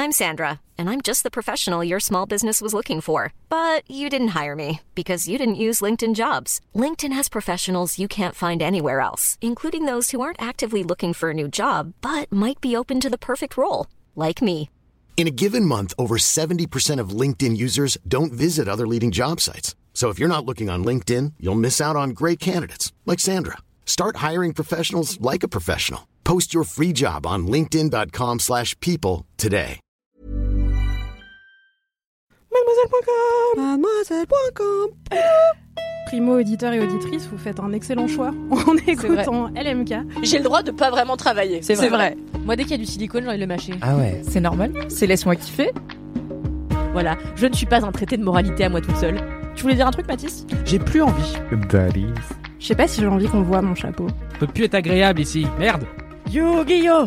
I'm Sandra, and I'm just the professional your small business was looking for. But you didn't hire me because you didn't use LinkedIn Jobs. LinkedIn has professionals you can't find anywhere else, including those who aren't actively looking for a new job, but might be open to the perfect role, like me. In a given month, over 70% of LinkedIn users don't visit other leading job sites. So if you're not looking on LinkedIn, you'll miss out on great candidates like Sandra. Start hiring professionals like a professional. Post your free job on linkedin.com/people today. Mademoiselle.com. Primo auditeur et auditrice, vous faites un excellent choix en écoutant LMK. J'ai le droit de pas vraiment travailler. C'est vrai. Moi, dès qu'il y a du silicone, j'ai envie de le mâcher. Ah ouais. C'est normal. C'est laisse-moi kiffer. Voilà. Je ne suis pas un traité de moralité à moi toute seule. Tu voulais dire un truc, Mathis ? J'ai plus envie. Je sais pas si j'ai envie qu'on voit mon chapeau. Ça peut plus être agréable ici. Merde. Yu-Gi-Oh!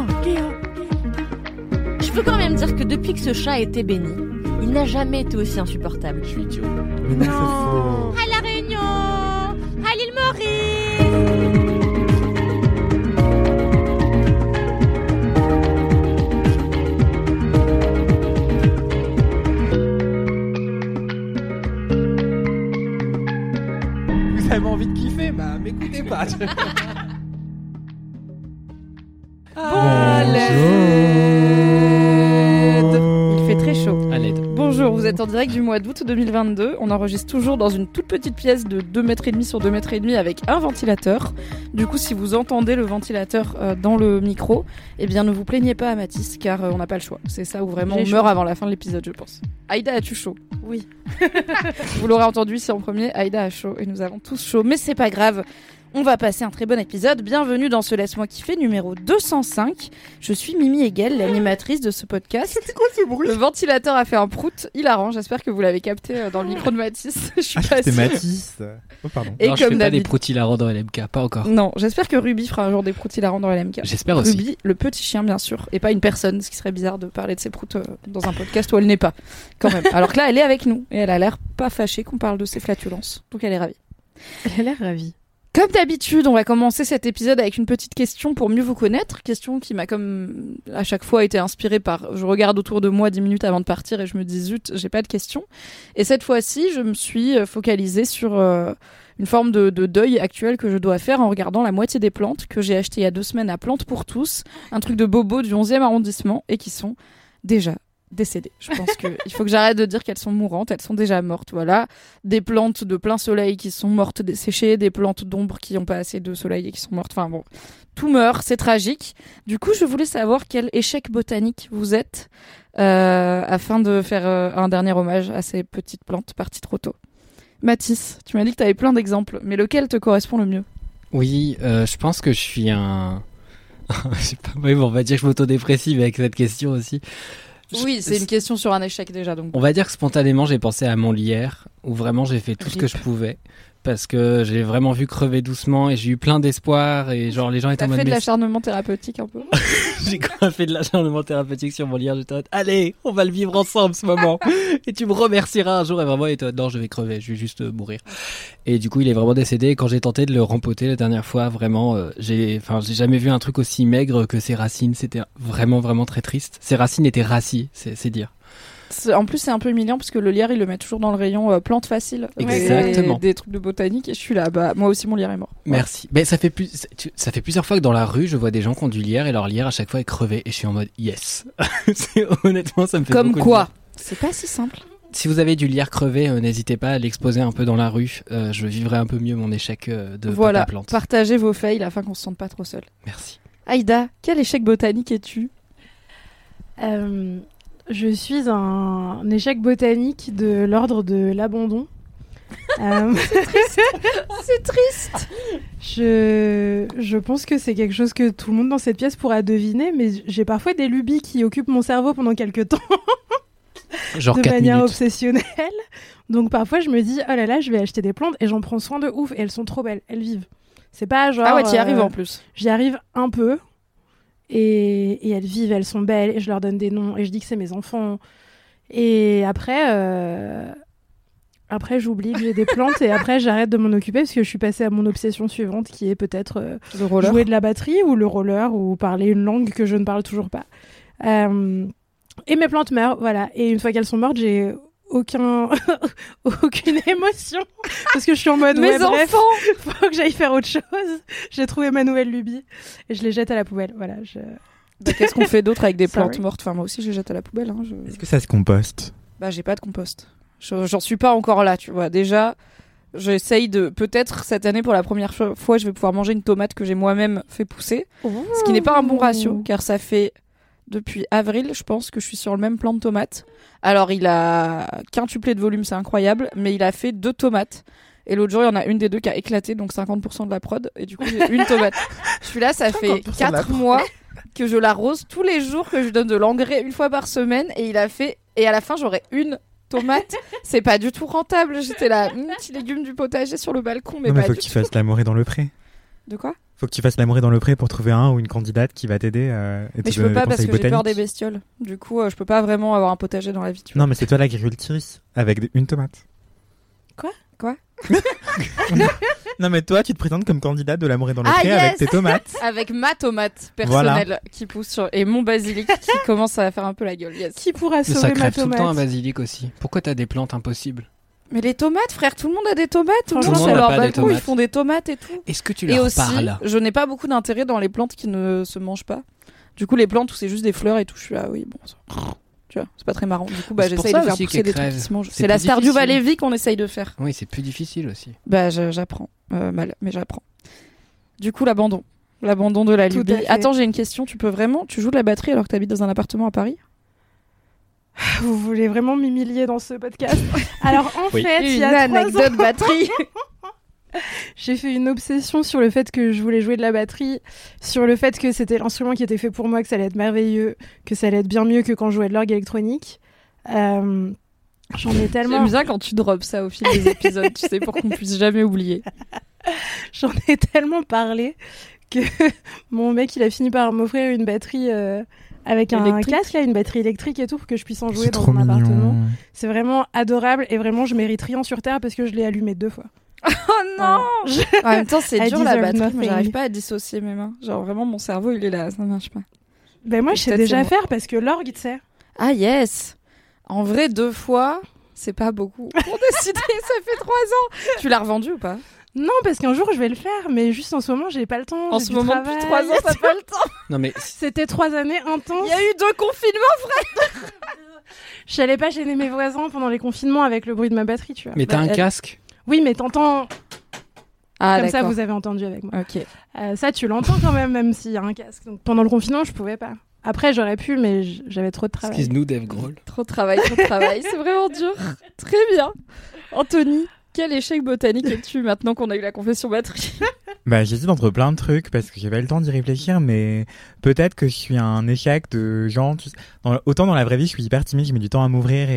Je peux quand même dire que depuis que ce chat a été béni, il n'a jamais été aussi insupportable. Je suis idiot. Mais non, c'est faux. À La Réunion, à l'île Maurice. Vous avez envie de kiffer, bah m'écoutez pas. À l'aide. Il fait très chaud. À l'aide. Bonjour, vous êtes en direct du mois d'août 2022. On enregistre toujours dans une toute petite pièce de 2,5 mètres sur 2,5 mètres avec un ventilateur. Du coup, si vous entendez le ventilateur dans le micro, eh bien ne vous plaignez pas à Mathis, car on n'a pas le choix. C'est ça où vraiment on meurt avant la fin de l'épisode, je pense. Aïda, as-tu chaud ? Oui. Vous l'aurez entendu ici en premier, Aïda a chaud et nous avons tous chaud, mais c'est pas grave. On va passer un très bon épisode. Bienvenue dans ce Laisse-moi kiffer numéro 205. Je suis Mimi Hegel, l'animatrice de ce podcast. C'était quoi ce bruit ? Le ventilateur a fait un prout hilarant. J'espère que vous l'avez capté dans le micro de Mathis. Je suis pas C'était sûre. Mathis. Oh pardon. Et non, je comme fais pas des d'habitude. prouts hilarants dans LMK, pas encore. Non, j'espère que Ruby fera un jour des prouts hilarants dans LMK. J'espère aussi. Ruby, le petit chien bien sûr, et pas une personne, ce qui serait bizarre de parler de ses proutes dans un podcast où elle n'est pas, quand même. Alors que là, elle est avec nous, et elle a l'air pas fâchée qu'on parle de ses flatulences. Donc elle est ravie. Elle a l'air ravie. Comme d'habitude, on va commencer cet épisode avec une petite question pour mieux vous connaître. Question qui m'a comme à chaque fois été inspirée par... Je regarde autour de moi 10 minutes avant de partir et je me dis zut, j'ai pas de questions. Et cette fois-ci, je me suis focalisée sur une forme de deuil actuel que je dois faire en regardant la moitié des plantes que j'ai achetées il y a 2 semaines à Plantes pour tous, un truc de bobo du 11e arrondissement et qui sont déjà décédées. Je pense qu'il faut que j'arrête de dire qu'elles sont mourantes, elles sont déjà mortes, voilà. Des plantes de plein soleil qui sont mortes, desséchées, des plantes d'ombre qui n'ont pas assez de soleil et qui sont mortes, enfin bon, tout meurt, c'est tragique. Du coup, je voulais savoir quel échec botanique vous êtes, afin de faire un dernier hommage à ces petites plantes parties trop tôt. Mathis, tu m'as dit que tu avais plein d'exemples, mais lequel te correspond le mieux ? Oui, je pense que je suis un... je sais pas, oui, bon, on va dire que je m'autodépressive avec cette question aussi. Oui, c'est une question sur un échec déjà. Donc. On va dire que spontanément, j'ai pensé à mon lierre, où vraiment j'ai fait tout ce que je pouvais. Parce que j'ai vraiment vu crever doucement et j'ai eu plein d'espoir et genre les gens étaient en mode... T'as fait de l'acharnement thérapeutique un peu ? J'ai quand même fait de l'acharnement thérapeutique sur mon lierre. J'étais en mode, allez, on va le vivre ensemble ce moment. Et tu me remercieras un jour. Et vraiment, il était en mode, non, je vais crever, je vais juste mourir. Et du coup, il est vraiment décédé. Et quand j'ai tenté de le rempoter la dernière fois, vraiment, j'ai jamais vu un truc aussi maigre que ses racines. C'était vraiment, vraiment très triste. Ses racines étaient rassis, c'est dire. En plus, c'est un peu humiliant parce que le lierre, il le met toujours dans le rayon plantes faciles. Exactement. Des trucs de botanique. Et je suis là, bah, moi aussi, mon lierre est mort. Merci. Mais ça fait plusieurs fois que dans la rue, je vois des gens qui ont du lierre et leur lierre à chaque fois est crevé. Et je suis en mode yes. Honnêtement, ça me fait comme beaucoup quoi de bien. C'est pas si simple. Si vous avez du lierre crevé, n'hésitez pas à l'exposer un peu dans la rue. Je vivrai un peu mieux mon échec de voilà, plante. partagez vos fails afin qu'on se sente pas trop seul. Merci. Aïda, quel échec botanique es-tu ? Je suis un échec botanique de l'ordre de l'abandon. C'est triste. Je pense que c'est quelque chose que tout le monde dans cette pièce pourra deviner, mais j'ai parfois des lubies qui occupent mon cerveau pendant quelques temps. Genre de 4 manière minutes. obsessionnelle. Donc parfois je me dis, oh là là, je vais acheter des plantes et j'en prends soin de ouf et elles sont trop belles, elles vivent. C'est pas genre... Ah ouais, t'y arrives en plus. J'y arrive un peu. Et elles vivent, elles sont belles, et je leur donne des noms, et je dis que c'est mes enfants. Et après j'oublie que j'ai des plantes, et après, j'arrête de m'en occuper, parce que je suis passée à mon obsession suivante, qui est peut-être le roller. Jouer de la batterie, ou le roller, ou parler une langue que je ne parle toujours pas. Et mes plantes meurent, voilà. Et une fois qu'elles sont mortes, j'ai aucune émotion parce que je suis en mode Mes enfants, faut que j'aille faire autre chose. J'ai trouvé ma nouvelle lubie et je les jette à la poubelle. Voilà. Bah, qu'est-ce qu'on fait d'autre avec des Sorry. plantes mortes? Enfin, moi aussi, je les jette à la poubelle. Hein, Est-ce que ça se composte? Bah, j'ai pas de compost. J'en suis pas encore là, tu vois. Déjà, j'essaye de... Peut-être, cette année, pour la première fois, je vais pouvoir manger une tomate que j'ai moi-même fait pousser. Ce qui n'est pas un bon ratio, car ça fait... Depuis avril, je pense que je suis sur le même plant de tomates. Alors, il a quintuplé de volume, c'est incroyable, mais il a fait 2 tomates. Et l'autre jour, il y en a une des 2 qui a éclaté, donc 50% de la prod. Et du coup, j'ai une tomate. Celui-là, ça fait 4 mois que je l'arrose tous les jours, que je donne de l'engrais 1 fois par semaine. Et il a fait... Et à la fin, j'aurai une tomate. C'est pas du tout rentable. J'étais là, petit légume du potager sur le balcon, mais non, mais pas faut du que tu tout. fasses l'amour dans le pré. De quoi? Faut que tu fasses l'amour dans le pré pour trouver un ou une candidate qui va t'aider et te Mais je peux donner pas des parce conseils que j'ai peur des botaniques. bestioles. Du coup, je peux pas vraiment avoir un potager dans la vie. Tu vois. Non, mais c'est toi l'agricultrice avec une tomate. Quoi? Non, mais toi, tu te présentes comme candidate de l'amour dans le Ah, pré yes avec tes tomates. Avec ma tomate personnelle qui pousse sur... et mon basilic qui commence à faire un peu la gueule. Yes. Qui pourra Mais sauver ça ma crève tout le temps un tomate? basilic aussi. Pourquoi t'as des plantes impossibles? Mais les tomates, frère, tout le monde a des tomates. Tout le Tout monde le sur monde n'a leur pas des balcon, ils tomates. font des tomates et tout. Est-ce que tu Et leur aussi, parles? je n'ai pas beaucoup d'intérêt dans les plantes qui ne se mangent pas. Du coup, les plantes où c'est juste des fleurs et tout, je suis là, oui, bon, ça... tu vois, c'est pas très marrant. Du coup, bah, C'est pour j'essaye ça de faire aussi pousser qu'elles des trucs crèvent. qui se mangent. C'est C'est la plus Stardew difficile. Valley vie qu'on essaye de faire. Oui, c'est plus difficile aussi. Bah, j'apprends. Mal, mais j'apprends. Du coup, l'abandon. L'abandon de la Tout à lubie. fait. Attends, j'ai une question. Tu peux vraiment... Tu joues de la batterie alors que t'habites dans un appartement à Paris? Vous voulez vraiment m'humilier dans ce podcast? Alors en Oui. fait, il y Une a 3 ans, anecdote batterie. j'ai fait une obsession sur le fait que je voulais jouer de la batterie, sur le fait que c'était l'instrument qui était fait pour moi, que ça allait être merveilleux, que ça allait être bien mieux que quand je jouais de l'orgue électronique. J'en ai tellement... J'aime bien quand tu drops ça au fil des épisodes, tu sais, pour qu'on puisse jamais oublier. J'en ai tellement parlé que mon mec, il a fini par m'offrir une batterie avec un Électrique. casque, là, une batterie électrique et tout, pour que je puisse en jouer C'est dans trop mon appartement. mignon. C'est vraiment adorable et vraiment, je mérite rien sur Terre parce que je l'ai allumé 2 fois. Oh non. En même temps, c'est I dur la deserve batterie. Moi, nothing. j'arrive pas à dissocier mes mains. Genre vraiment, mon cerveau, il est là, ça marche pas. Ben moi, je sais Peut-être déjà c'est moi. faire parce que l'orgue, tu sais. Ah yes. En vrai, 2 fois, c'est pas beaucoup. Pour décider, ça fait 3 ans. Tu l'as revendu ou pas? Non, parce qu'un jour, je vais le faire, mais juste en ce moment, j'ai pas le temps. En j'ai ce du moment, travail. depuis 3 ans, t'as pas le temps. Non, mais C'était 3 années intenses. Il y a eu 2 confinements. Je n'allais pas gêner mes voisins pendant les confinements avec le bruit de ma batterie, tu vois. mais t'as Bah, un elle- casque? Oui, mais t'entends Ah comme ça, d'accord. vous avez entendu avec moi. Ok. Ça, tu l'entends quand même s'il y a un casque. Donc, pendant le confinement, je pouvais pas. Après, j'aurais pu, mais j'avais trop de travail. Excuse-nous, Dave Grohl. Trop de travail, c'est vraiment dur. Très bien. Anthony, quel échec botanique es-tu maintenant qu'on a eu la confession batterie? Bah, j'hésite entre plein de trucs parce que j'ai pas eu le temps d'y réfléchir, mais peut-être que je suis un échec de gens. Autant dans la vraie vie, je suis hyper timide, je mets du temps à m'ouvrir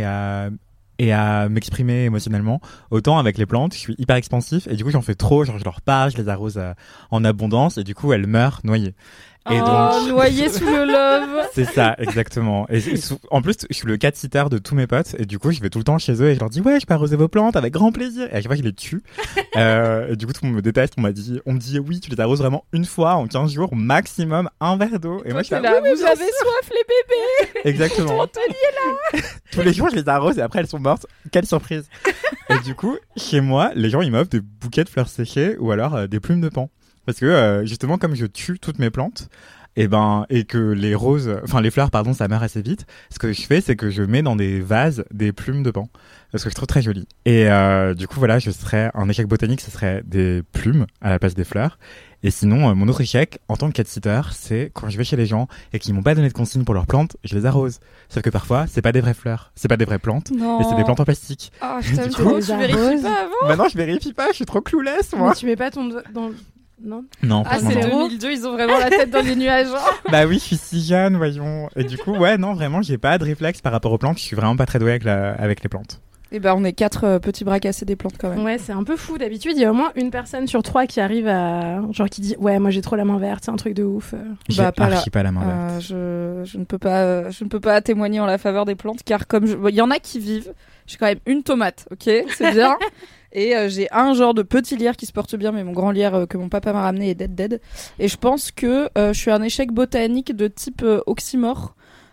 et à m'exprimer émotionnellement. Autant avec les plantes, je suis hyper expansif et du coup, j'en fais trop. Genre, je leur parle, je les arrose en abondance et du coup, elles meurent noyées. Et oh, donc, noyé sous le love. c'est ça, exactement. Et en plus, je suis le cat-sitter de tous mes potes et du coup, je vais tout le temps chez eux et je leur dis ouais, je peux arroser vos plantes avec grand plaisir. Et à chaque fois, je les tue. Et du coup, tout le monde me déteste. On me dit oui, tu les arroses vraiment une fois en 15 jours, maximum un verre d'eau. Et moi, je suis là, oui, vous avez soif les bébés. exactement. Anthony est là. Tous les jours, je les arrose et après, elles sont mortes. Quelle surprise. Et du coup, chez moi, les gens, ils m'offrent des bouquets de fleurs séchées ou alors des plumes de paon. Parce que justement, comme je tue toutes mes plantes, et que les fleurs, pardon, ça meurt assez vite. Ce que je fais, c'est que je mets dans des vases des plumes de paon. Parce que je trouve très joli. Et du coup, voilà, un échec botanique, ce serait des plumes à la place des fleurs. Et sinon, mon autre échec, en tant que cat-sitter, c'est quand je vais chez les gens et qu'ils m'ont pas donné de consignes pour leurs plantes, je les arrose. Sauf que parfois, c'est pas des vraies fleurs, c'est pas des vraies plantes, Non. et c'est des plantes en plastique. Ah, je t'aime Du trop. coup, Tu vérifies pas avant? Maintenant, je vérifie pas, je suis trop clouless, moi. Mais tu mets pas ton doigt dans... Non. Non, Ah, franchement, c'est non. 2002, ils ont vraiment la tête dans les nuages. Bah oui, je suis si jeune, voyons. Et du coup, ouais, non, vraiment, j'ai pas de réflexe par rapport aux plantes. Je suis vraiment pas très doué avec les plantes. Et bah, on est 4 petits bras cassés des plantes quand même. Ouais, c'est un peu fou. D'habitude, il y a au moins une personne sur 3 qui arrive à... Genre qui dit « Ouais, moi j'ai trop la main verte, c'est un truc de ouf. » J'ai Bah, pas là. archi pas la main verte. Je ne peux pas témoigner en la faveur des plantes car il y en a qui vivent. J'ai quand même une tomate, ok, c'est bien. Et j'ai un genre de petit lierre qui se porte bien, mais mon grand lierre que mon papa m'a ramené est dead. Et je pense que je suis un échec botanique de type oxymore.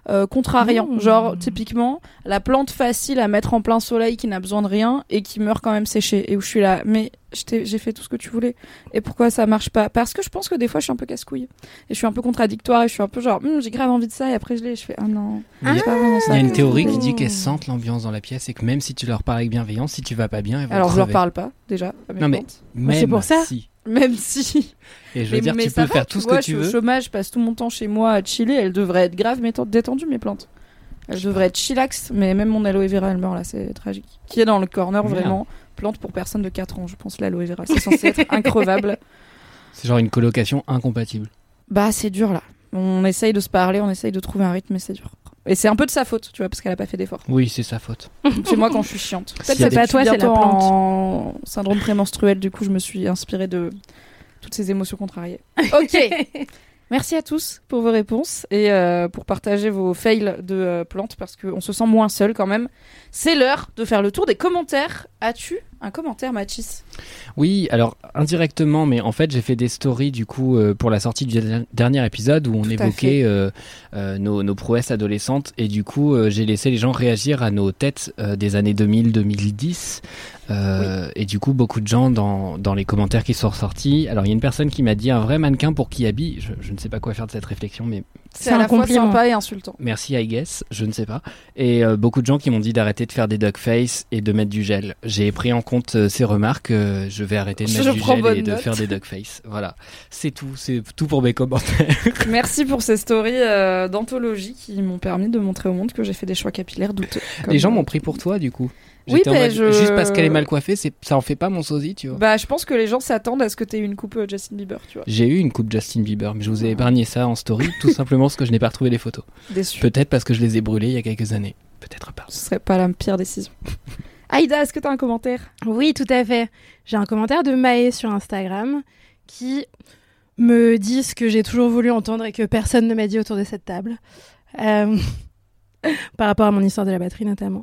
contrariant. Genre, typiquement, la plante facile à mettre en plein soleil qui n'a besoin de rien et qui meurt quand même séchée. Et où je suis là, mais j'ai fait tout ce que tu voulais. Et pourquoi ça marche pas? Parce que je pense que des fois, je suis un peu casse-couille. Et je suis un peu contradictoire et je suis un peu genre, j'ai grave envie de ça. Et après, je fais, ah non. Il y c'est pas vraiment ça. a une théorie qui dit qu'elles sentent l'ambiance dans la pièce et que même si tu leur parles avec bienveillance, si tu vas pas bien, elles vont Alors, je leur crever. parle pas, déjà. à mes Non, mais plantes. même c'est pour ça. si. Même si. Et je veux dire, mais tu ça peux va, faire tout ce vois, que tu je veux. suis au chômage, je passe tout mon temps chez moi à chiller. Elles devraient être grave détendues, mes plantes. Elles devraient être chillax, mais même mon aloe vera, elle meurt là, c'est tragique. Qui est dans le corner, Merde. vraiment. Plante pour personne de 4 ans, je pense, l'aloe vera. C'est censé être increvable. C'est genre une colocation incompatible. Bah, c'est dur là. On essaye de se parler, on essaye de trouver un rythme, mais c'est dur. Et c'est un peu de sa faute, tu vois, parce qu'elle a pas fait d'effort. Oui, c'est sa faute. C'est moi quand je suis chiante. S'il y a Peut-être des- c'est pas toi, c'est la bientôt plante. En syndrome prémenstruel, du coup, je me suis inspirée de toutes ces émotions contrariées. Ok. Merci à tous pour vos réponses et pour partager vos fails de plantes parce qu'on se sent moins seul quand même. C'est l'heure de faire le tour des commentaires. As-tu un commentaire, Mathis? Oui, alors indirectement, mais en fait j'ai fait des stories du coup pour la sortie du dernier épisode où on Tout à évoquait nos prouesses adolescentes et du coup j'ai laissé les gens réagir à nos têtes des années 2000-2010 et du coup beaucoup de gens dans les commentaires qui sont ressortis. Alors il y a une personne qui m'a dit un vrai mannequin pour Kiabi. Je ne sais pas quoi faire de cette réflexion, mais C'est à la fois compliment. sympa et insultant. merci I guess, je ne sais pas. Et beaucoup de gens qui m'ont dit d'arrêter de faire des duck face et de mettre du gel. J'ai pris en compte ces remarques, je vais arrêter de Je mettre du prends gel bonne et de note. faire des duck face. Voilà, c'est tout pour mes commentaires. Merci pour ces stories d'anthologie qui m'ont permis de montrer au monde que j'ai fait des choix capillaires douteux. Les gens m'ont pris pour toi du coup. Oui, J'étais en mais mode, juste parce qu'elle est mal coiffée, ça en fait pas mon sosie, tu vois. Bah, je pense que les gens s'attendent à ce que t'aies eu une coupe Justin Bieber, tu vois. J'ai eu une coupe Justin Bieber, mais je vous ai épargné ça en story, tout simplement parce que je n'ai pas retrouvé les photos. Déçu. Peut-être parce que je les ai brûlées il y a quelques années. Peut-être pas. Ce serait pas la pire décision. Aïda, est-ce que t'as un commentaire? Oui, tout à fait. J'ai un commentaire de Maë sur Instagram qui me dit ce que j'ai toujours voulu entendre et que personne ne m'a dit autour de cette table. Par rapport à mon histoire de la batterie notamment.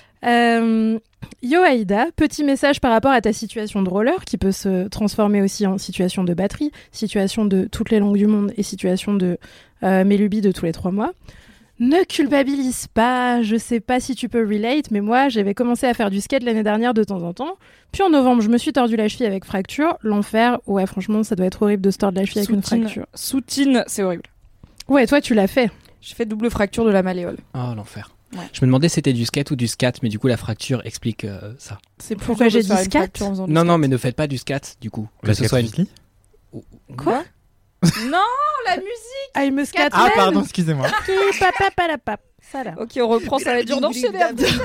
Yo Aïda, petit message par rapport à ta situation de roller qui peut se transformer aussi en situation de batterie, situation de toutes les langues du monde et situation de mes lubies de tous les 3 mois. Ne culpabilise pas, je sais pas si tu peux relate, mais moi j'avais commencé à faire du skate l'année dernière de temps en temps. Puis en novembre, je me suis tordu la cheville avec fracture. L'enfer, ouais franchement ça doit être horrible de se tordre la cheville avec une fracture. Soutine, c'est horrible. Ouais, toi tu l'as fait. J'ai fait double fracture de la malléole. Oh l'enfer. Ouais. Je me demandais si c'était du skate ou du scat, mais du coup la fracture explique ça. C'est plus Pourquoi dur de j'ai se faire dit une scat fracture en faisant du Non, scat. non, mais ne faites pas du scat du coup. Que Parce ce que soit tu une... lis Quoi? Non, la musique. I'm a scat Ah man. pardon, excusez-moi. Papapapalapap. Ça là. Ok, on reprend, ça va être dur d'enchaîner.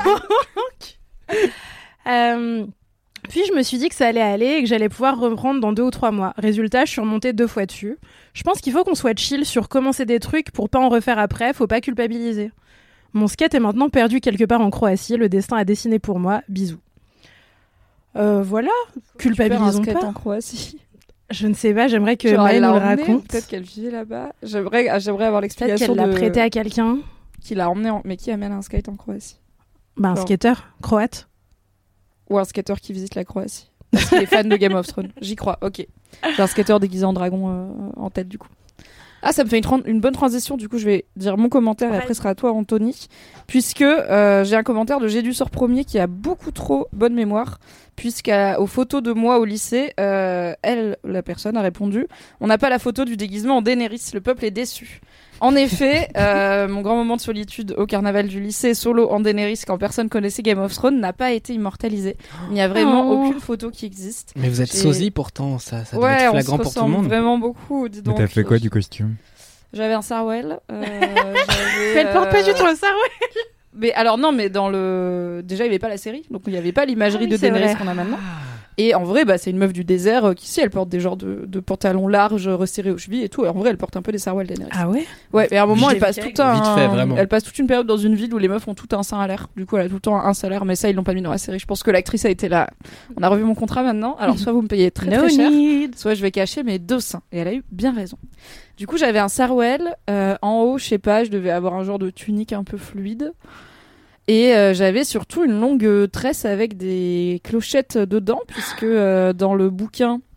Puis je me suis dit que ça allait aller et que j'allais pouvoir reprendre dans 2 ou 3 mois. Résultat, je suis remontée 2 fois dessus. Je pense qu'il faut qu'on soit chill sur commencer des trucs pour pas en refaire après, faut pas culpabiliser. Mon skate est maintenant perdu quelque part en Croatie, le destin a dessiné pour moi, bisous. Voilà, culpabilisons pas. pas. En Croatie. Je ne sais pas, j'aimerais que Genre, Maë elle nous l'a le emmené, ou raconte. peut-être qu'elle vivait là-bas. J'aimerais avoir Peut-être l'explication qu'elle l'a de... prêté à quelqu'un. Qui l'a emmené mais qui amène un skate en Croatie. Bah, un Genre. skater croate. Ou un skater qui visite la Croatie. Parce qu'il est fan de Game of Thrones. J'y crois, ok. J'ai un skater déguisé en dragon en tête, du coup. Ah, ça me fait une bonne transition. Du coup, je vais dire mon commentaire et après, ce sera à toi, Anthony. Puisque j'ai un commentaire de J'ai du sort premier qui a beaucoup trop bonne mémoire. Puisqu'aux photos de moi au lycée, elle, la personne, a répondu « On n'a pas la photo du déguisement en Daenerys, le peuple est déçu. » En effet, mon grand moment de solitude au carnaval du lycée, solo en Daenerys, quand personne connaissait Game of Thrones, n'a pas été immortalisé. Il n'y a vraiment aucune photo qui existe. Mais vous êtes Et- sosie pourtant, ça doit Ouais, être on flagrant se pour tout le ressemble monde. vraiment beaucoup, dis Mais donc. t'as fait quoi du costume? J'avais un sarouel. Elle porte pas du tout le sarouel. Mais alors non, mais dans le... Déjà, il n'y avait pas la série, donc il n'y avait pas l'imagerie Ah oui, de c'est Daenerys vrai. qu'on a maintenant. Et en vrai, bah, c'est une meuf du désert qui, si, elle porte des genres de pantalons larges, resserrés aux chevilles et tout. Et en vrai, elle porte un peu des sarouels Daenerys. Ah ouais? Ouais, mais à un moment, Je elle passe l'ai tout un... vite fait, vraiment. Elle passe toute une période dans une ville où les meufs ont tout un sein à l'air. Du coup, elle a tout le temps un salaire, mais ça, ils l'ont pas mis dans la série. Je pense que l'actrice a été là. On a revu mon contrat maintenant. Alors, soit vous me payez très très cher, soit je vais cacher mes 2 seins. Et elle a eu bien raison. Du coup, j'avais un sarouel. En haut, je sais pas, je devais avoir un genre de tunique un peu fluide. Et j'avais surtout une longue tresse avec des clochettes dedans, puisque dans le bouquin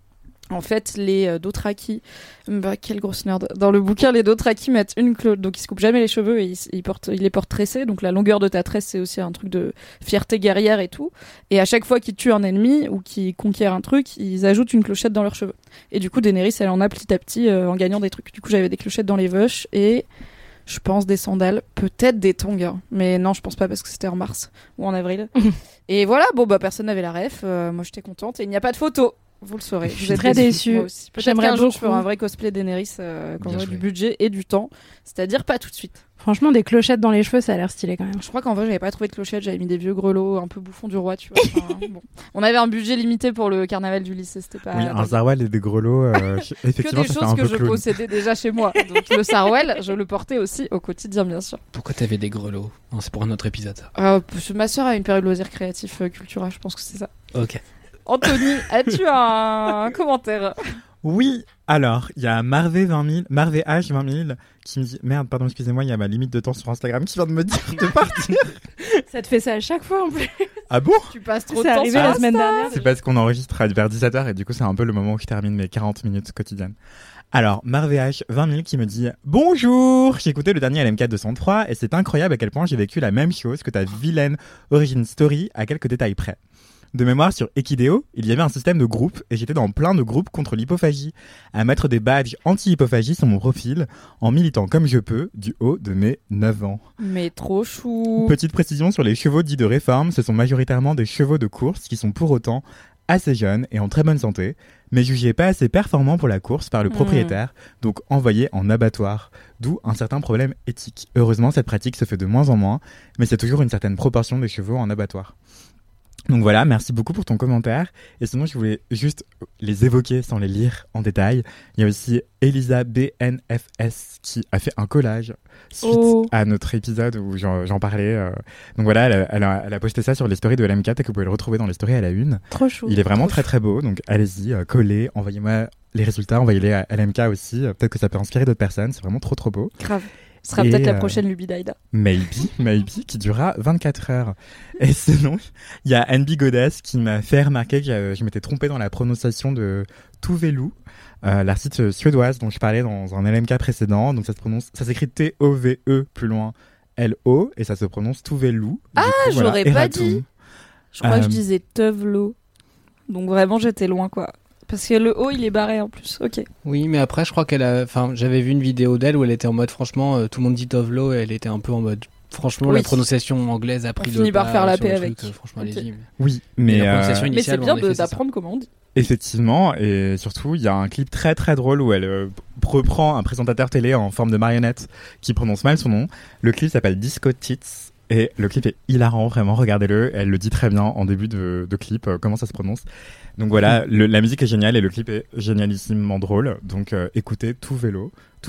En fait, les Dothraki, quelle grosse nerd. Dans le bouquin, les Dothraki mettent une cloche, donc ils se coupent jamais les cheveux et ils les portent tressés. Donc la longueur de ta tresse, c'est aussi un truc de fierté guerrière et tout. Et à chaque fois qu'ils tuent un ennemi ou qu'ils conquièrent un truc, ils ajoutent une clochette dans leurs cheveux. Et du coup, Daenerys, elle en a petit à petit en gagnant des trucs. Du coup, j'avais des clochettes dans les veuches et je pense des sandales, peut-être des tongs. Hein. Mais non, je pense pas parce que c'était en mars ou en avril. Et voilà, personne n'avait la ref. Moi, j'étais contente et il n'y a pas de photo. Vous le saurez. Je suis très déçue. Moi aussi. Peut-être qu'un jour, je ferai un vrai cosplay Daenerys quand j'aurai du budget et du temps. C'est-à-dire pas tout de suite. Franchement, des clochettes dans les cheveux, ça a l'air stylé quand même. Je crois qu'en vrai, j'avais pas trouvé de clochettes. J'avais mis des vieux grelots un peu bouffons du roi, tu vois. Enfin, bon. On avait un budget limité pour le carnaval du lycée. C'était pas. Oui, un sarouel et des grelots. Effectivement, que des choses que je possédais déjà chez moi. Donc le sarouel, je le portais aussi au quotidien, bien sûr. Pourquoi t'avais des grelots? Non, c'est pour un autre épisode. Ma sœur a une période loisirs créatifs Cultura. Je pense que c'est ça. Ok. Anthony, as-tu un commentaire? Oui, alors, il y a Marvé H20000 qui me dit merde, pardon, excusez-moi, il y a ma limite de temps sur Instagram qui vient de me dire de partir. Ça te fait ça à chaque fois en plus. Ah bon? Tu passes trop de temps. C'est arrivé la semaine dernière. C'est parce qu'on enregistre vers 17h et du coup, c'est un peu le moment où je termine mes 40 minutes quotidiennes. Alors, Marvé H20000 qui me dit bonjour, j'ai écouté le dernier LMK 203 et c'est incroyable à quel point j'ai vécu la même chose que ta vilaine origin story à quelques détails près. De mémoire, sur Equideo, il y avait un système de groupes et j'étais dans plein de groupes contre l'hypophagie, à mettre des badges anti-hypophagie sur mon profil, en militant comme je peux, du haut de mes 9 ans. Mais trop chou. Petite précision sur les chevaux dits de réforme, ce sont majoritairement des chevaux de course qui sont pour autant assez jeunes et en très bonne santé, mais jugés pas assez performants pour la course par le propriétaire, donc envoyés en abattoir, d'où un certain problème éthique. Heureusement, cette pratique se fait de moins en moins, mais c'est toujours une certaine proportion des chevaux en abattoir. Donc voilà, merci beaucoup pour ton commentaire. Et sinon, je voulais juste les évoquer sans les lire en détail. Il y a aussi Elisa BNFS qui a fait un collage suite à notre épisode où j'en parlais. Donc voilà, elle a posté ça sur les stories de LM4 et que vous pouvez le retrouver dans les stories à la une. Trop chou. Il est vraiment très très beau, donc allez-y, collez, envoyez-moi les résultats, envoyez-les à LMK aussi. Peut-être que ça peut inspirer d'autres personnes, c'est vraiment trop trop beau. Grave. Ce sera peut-être la prochaine Lubidaïda. Maybe, qui durera 24 heures. Et sinon, il y a NB Goddess qui m'a fait remarquer que je m'étais trompé dans la prononciation de Tuvalu, l'artiste suédoise dont je parlais dans un LMK précédent. Donc ça s'écrit T-O-V-E plus loin L-O et ça se prononce Tuvalu. Ah, coup, j'aurais pas dit. Je crois que je disais Tuvlo. Donc vraiment, j'étais loin quoi. Parce que le haut, il est barré en plus. Ok. Oui, mais après, je crois j'avais vu une vidéo d'elle où elle était en mode, franchement, tout le monde dit Tovlo, et elle était un peu en mode, franchement, la prononciation anglaise a pris le pas. On finit par faire la paix avec. Franchement, allez-y. Oui, mais la prononciation initiale, mais c'est bien d'apprendre comment on dit. Effectivement, et surtout, il y a un clip très très drôle où elle reprend un présentateur télé en forme de marionnette qui prononce mal son nom. Le clip s'appelle Disco Tits. Et le clip est hilarant, vraiment, regardez-le. Elle le dit très bien en début de clip, comment ça se prononce. Donc voilà, la musique est géniale et le clip est génialissimement drôle. Donc écoutez, Tuvalu.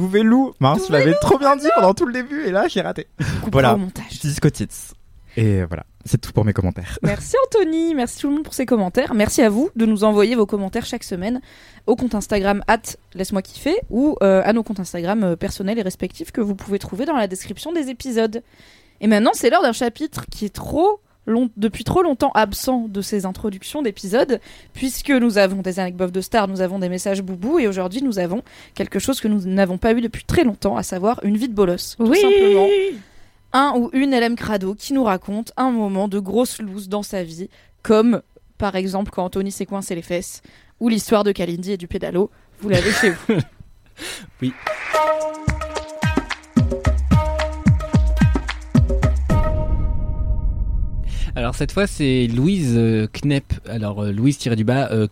Mince, je l'avais trop bien dit pendant tout le début et là, j'ai raté. Voilà, Disco Tits. Et voilà, c'est tout pour mes commentaires. Merci Anthony, merci tout le monde pour ces commentaires. Merci à vous de nous envoyer vos commentaires chaque semaine au compte Instagram @laisse-moi kiffer ou à nos comptes Instagram personnels et respectifs que vous pouvez trouver dans la description des épisodes. Et maintenant, c'est l'heure d'un chapitre qui est depuis trop longtemps absent de ces introductions d'épisodes, puisque nous avons des anecdotes de stars, nous avons des messages boubou, et aujourd'hui, nous avons quelque chose que nous n'avons pas eu depuis très longtemps, à savoir une vie de bolos. Tout simplement, un ou une LM Crado qui nous raconte un moment de grosse loose dans sa vie, comme, par exemple, quand Anthony s'est coincé les fesses, ou l'histoire de Kalindi et du pédalo. Vous l'avez chez vous. Oui. Alors cette fois c'est Louise Kneip, alors Louise-K-N-E-I-P,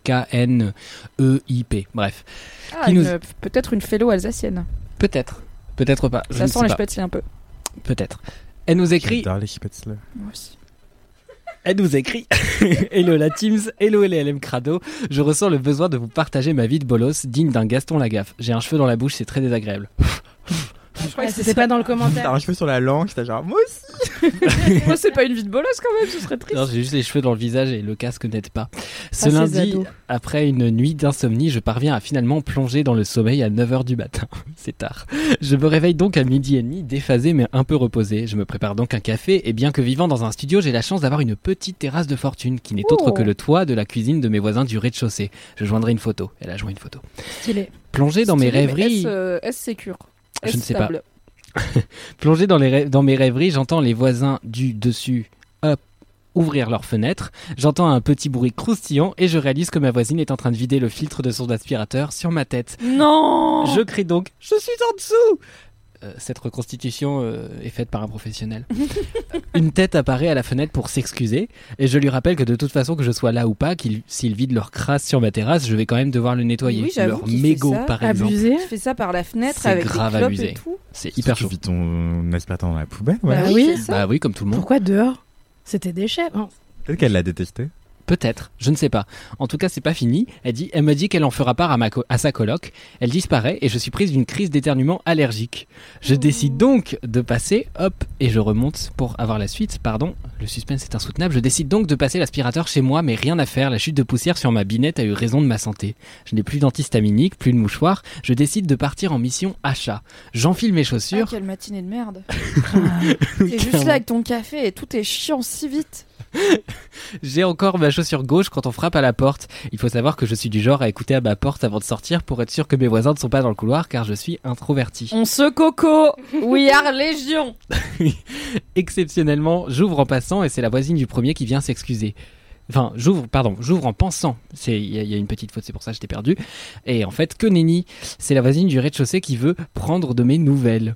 bref. Peut-être une fellow alsacienne. Peut-être pas. Ça sent les spätzle un peu. Peut-être. Elle nous écrit... J'adore les spätzle. Moi aussi. Elle nous écrit Hello la Teams, hello les LM Crado. Je ressens le besoin de vous partager ma vie de bolos digne d'un Gaston Lagaffe. J'ai un cheveu dans la bouche, c'est très désagréable. Je crois que C'était pas dans le commentaire. T'as un cheveu sur la langue, j'étais genre, moi aussi. Moi, c'est pas une vie de bolos quand même, ce serait triste. Non, j'ai juste les cheveux dans le visage et le casque n'aide pas. Ce Ah, ces lundi, ados. après une nuit d'insomnie, je parviens à finalement plonger dans le sommeil à 9h du matin. C'est tard. Je me réveille donc à 12h30, déphasé mais un peu reposé. Je me prépare donc un café et bien que vivant dans un studio, j'ai la chance d'avoir une petite terrasse de fortune qui n'est autre que le toit de la cuisine de mes voisins du rez-de-chaussée. Je joindrai une photo. Elle a joint une photo. Stylé. Plonger dans mes rêveries... Est-ce sécure? Je ne sais pas. Plonger dans mes rêveries, j'entends les voisins du dessus ouvrir leurs fenêtres, j'entends un petit bruit croustillant et je réalise que ma voisine est en train de vider le filtre de son aspirateur sur ma tête. Non. Je crie donc « Je suis en dessous !» Cette reconstitution est faite par un professionnel. Une tête apparaît à la fenêtre pour s'excuser et je lui rappelle que de toute façon que je sois là ou pas, s'ils vident leur crasse sur ma terrasse, je vais quand même devoir le nettoyer. Oui, j'avoue leur qu'il fait mégot ça. par exemple. Abusé. Tu fais ça par la fenêtre C'est avec grave des clopes abusé. et tout. C'est hyper Tu chaud. vis ton aspirateur dans la poubelle, ouais. Bah oui. c'est ça. Bah oui, comme tout le monde. Pourquoi dehors? C'était déchets. Hein. Peut-être qu'elle l'a détesté. Peut-être, je ne sais pas. En tout cas, c'est pas fini. Elle me dit qu'elle en fera part à sa coloc. Elle disparaît et je suis prise d'une crise d'éternuement allergique. Je décide donc de passer, et je remonte pour avoir la suite. Pardon, le suspense est insoutenable. Je décide donc de passer l'aspirateur chez moi, mais rien à faire. La chute de poussière sur ma binette a eu raison de ma santé. Je n'ai plus d'antihistaminique, plus de mouchoir. Je décide de partir en mission achat. J'enfile mes Ah, chaussures. quelle matinée de merde. T'es juste là avec ton café et tout est chiant si vite. J'ai encore ma chaussure gauche quand on frappe à la porte. Il faut savoir que je suis du genre à écouter à ma porte avant de sortir pour être sûr que mes voisins ne sont pas dans le couloir car je suis introverti. On se coco. We are légion. Exceptionnellement, j'ouvre en passant et c'est la voisine du premier qui vient s'excuser. Enfin, j'ouvre en pensant. Il y a une petite faute, c'est pour ça que j'étais perdu. Et en fait, que nenni, c'est la voisine du rez-de-chaussée qui veut prendre de mes nouvelles.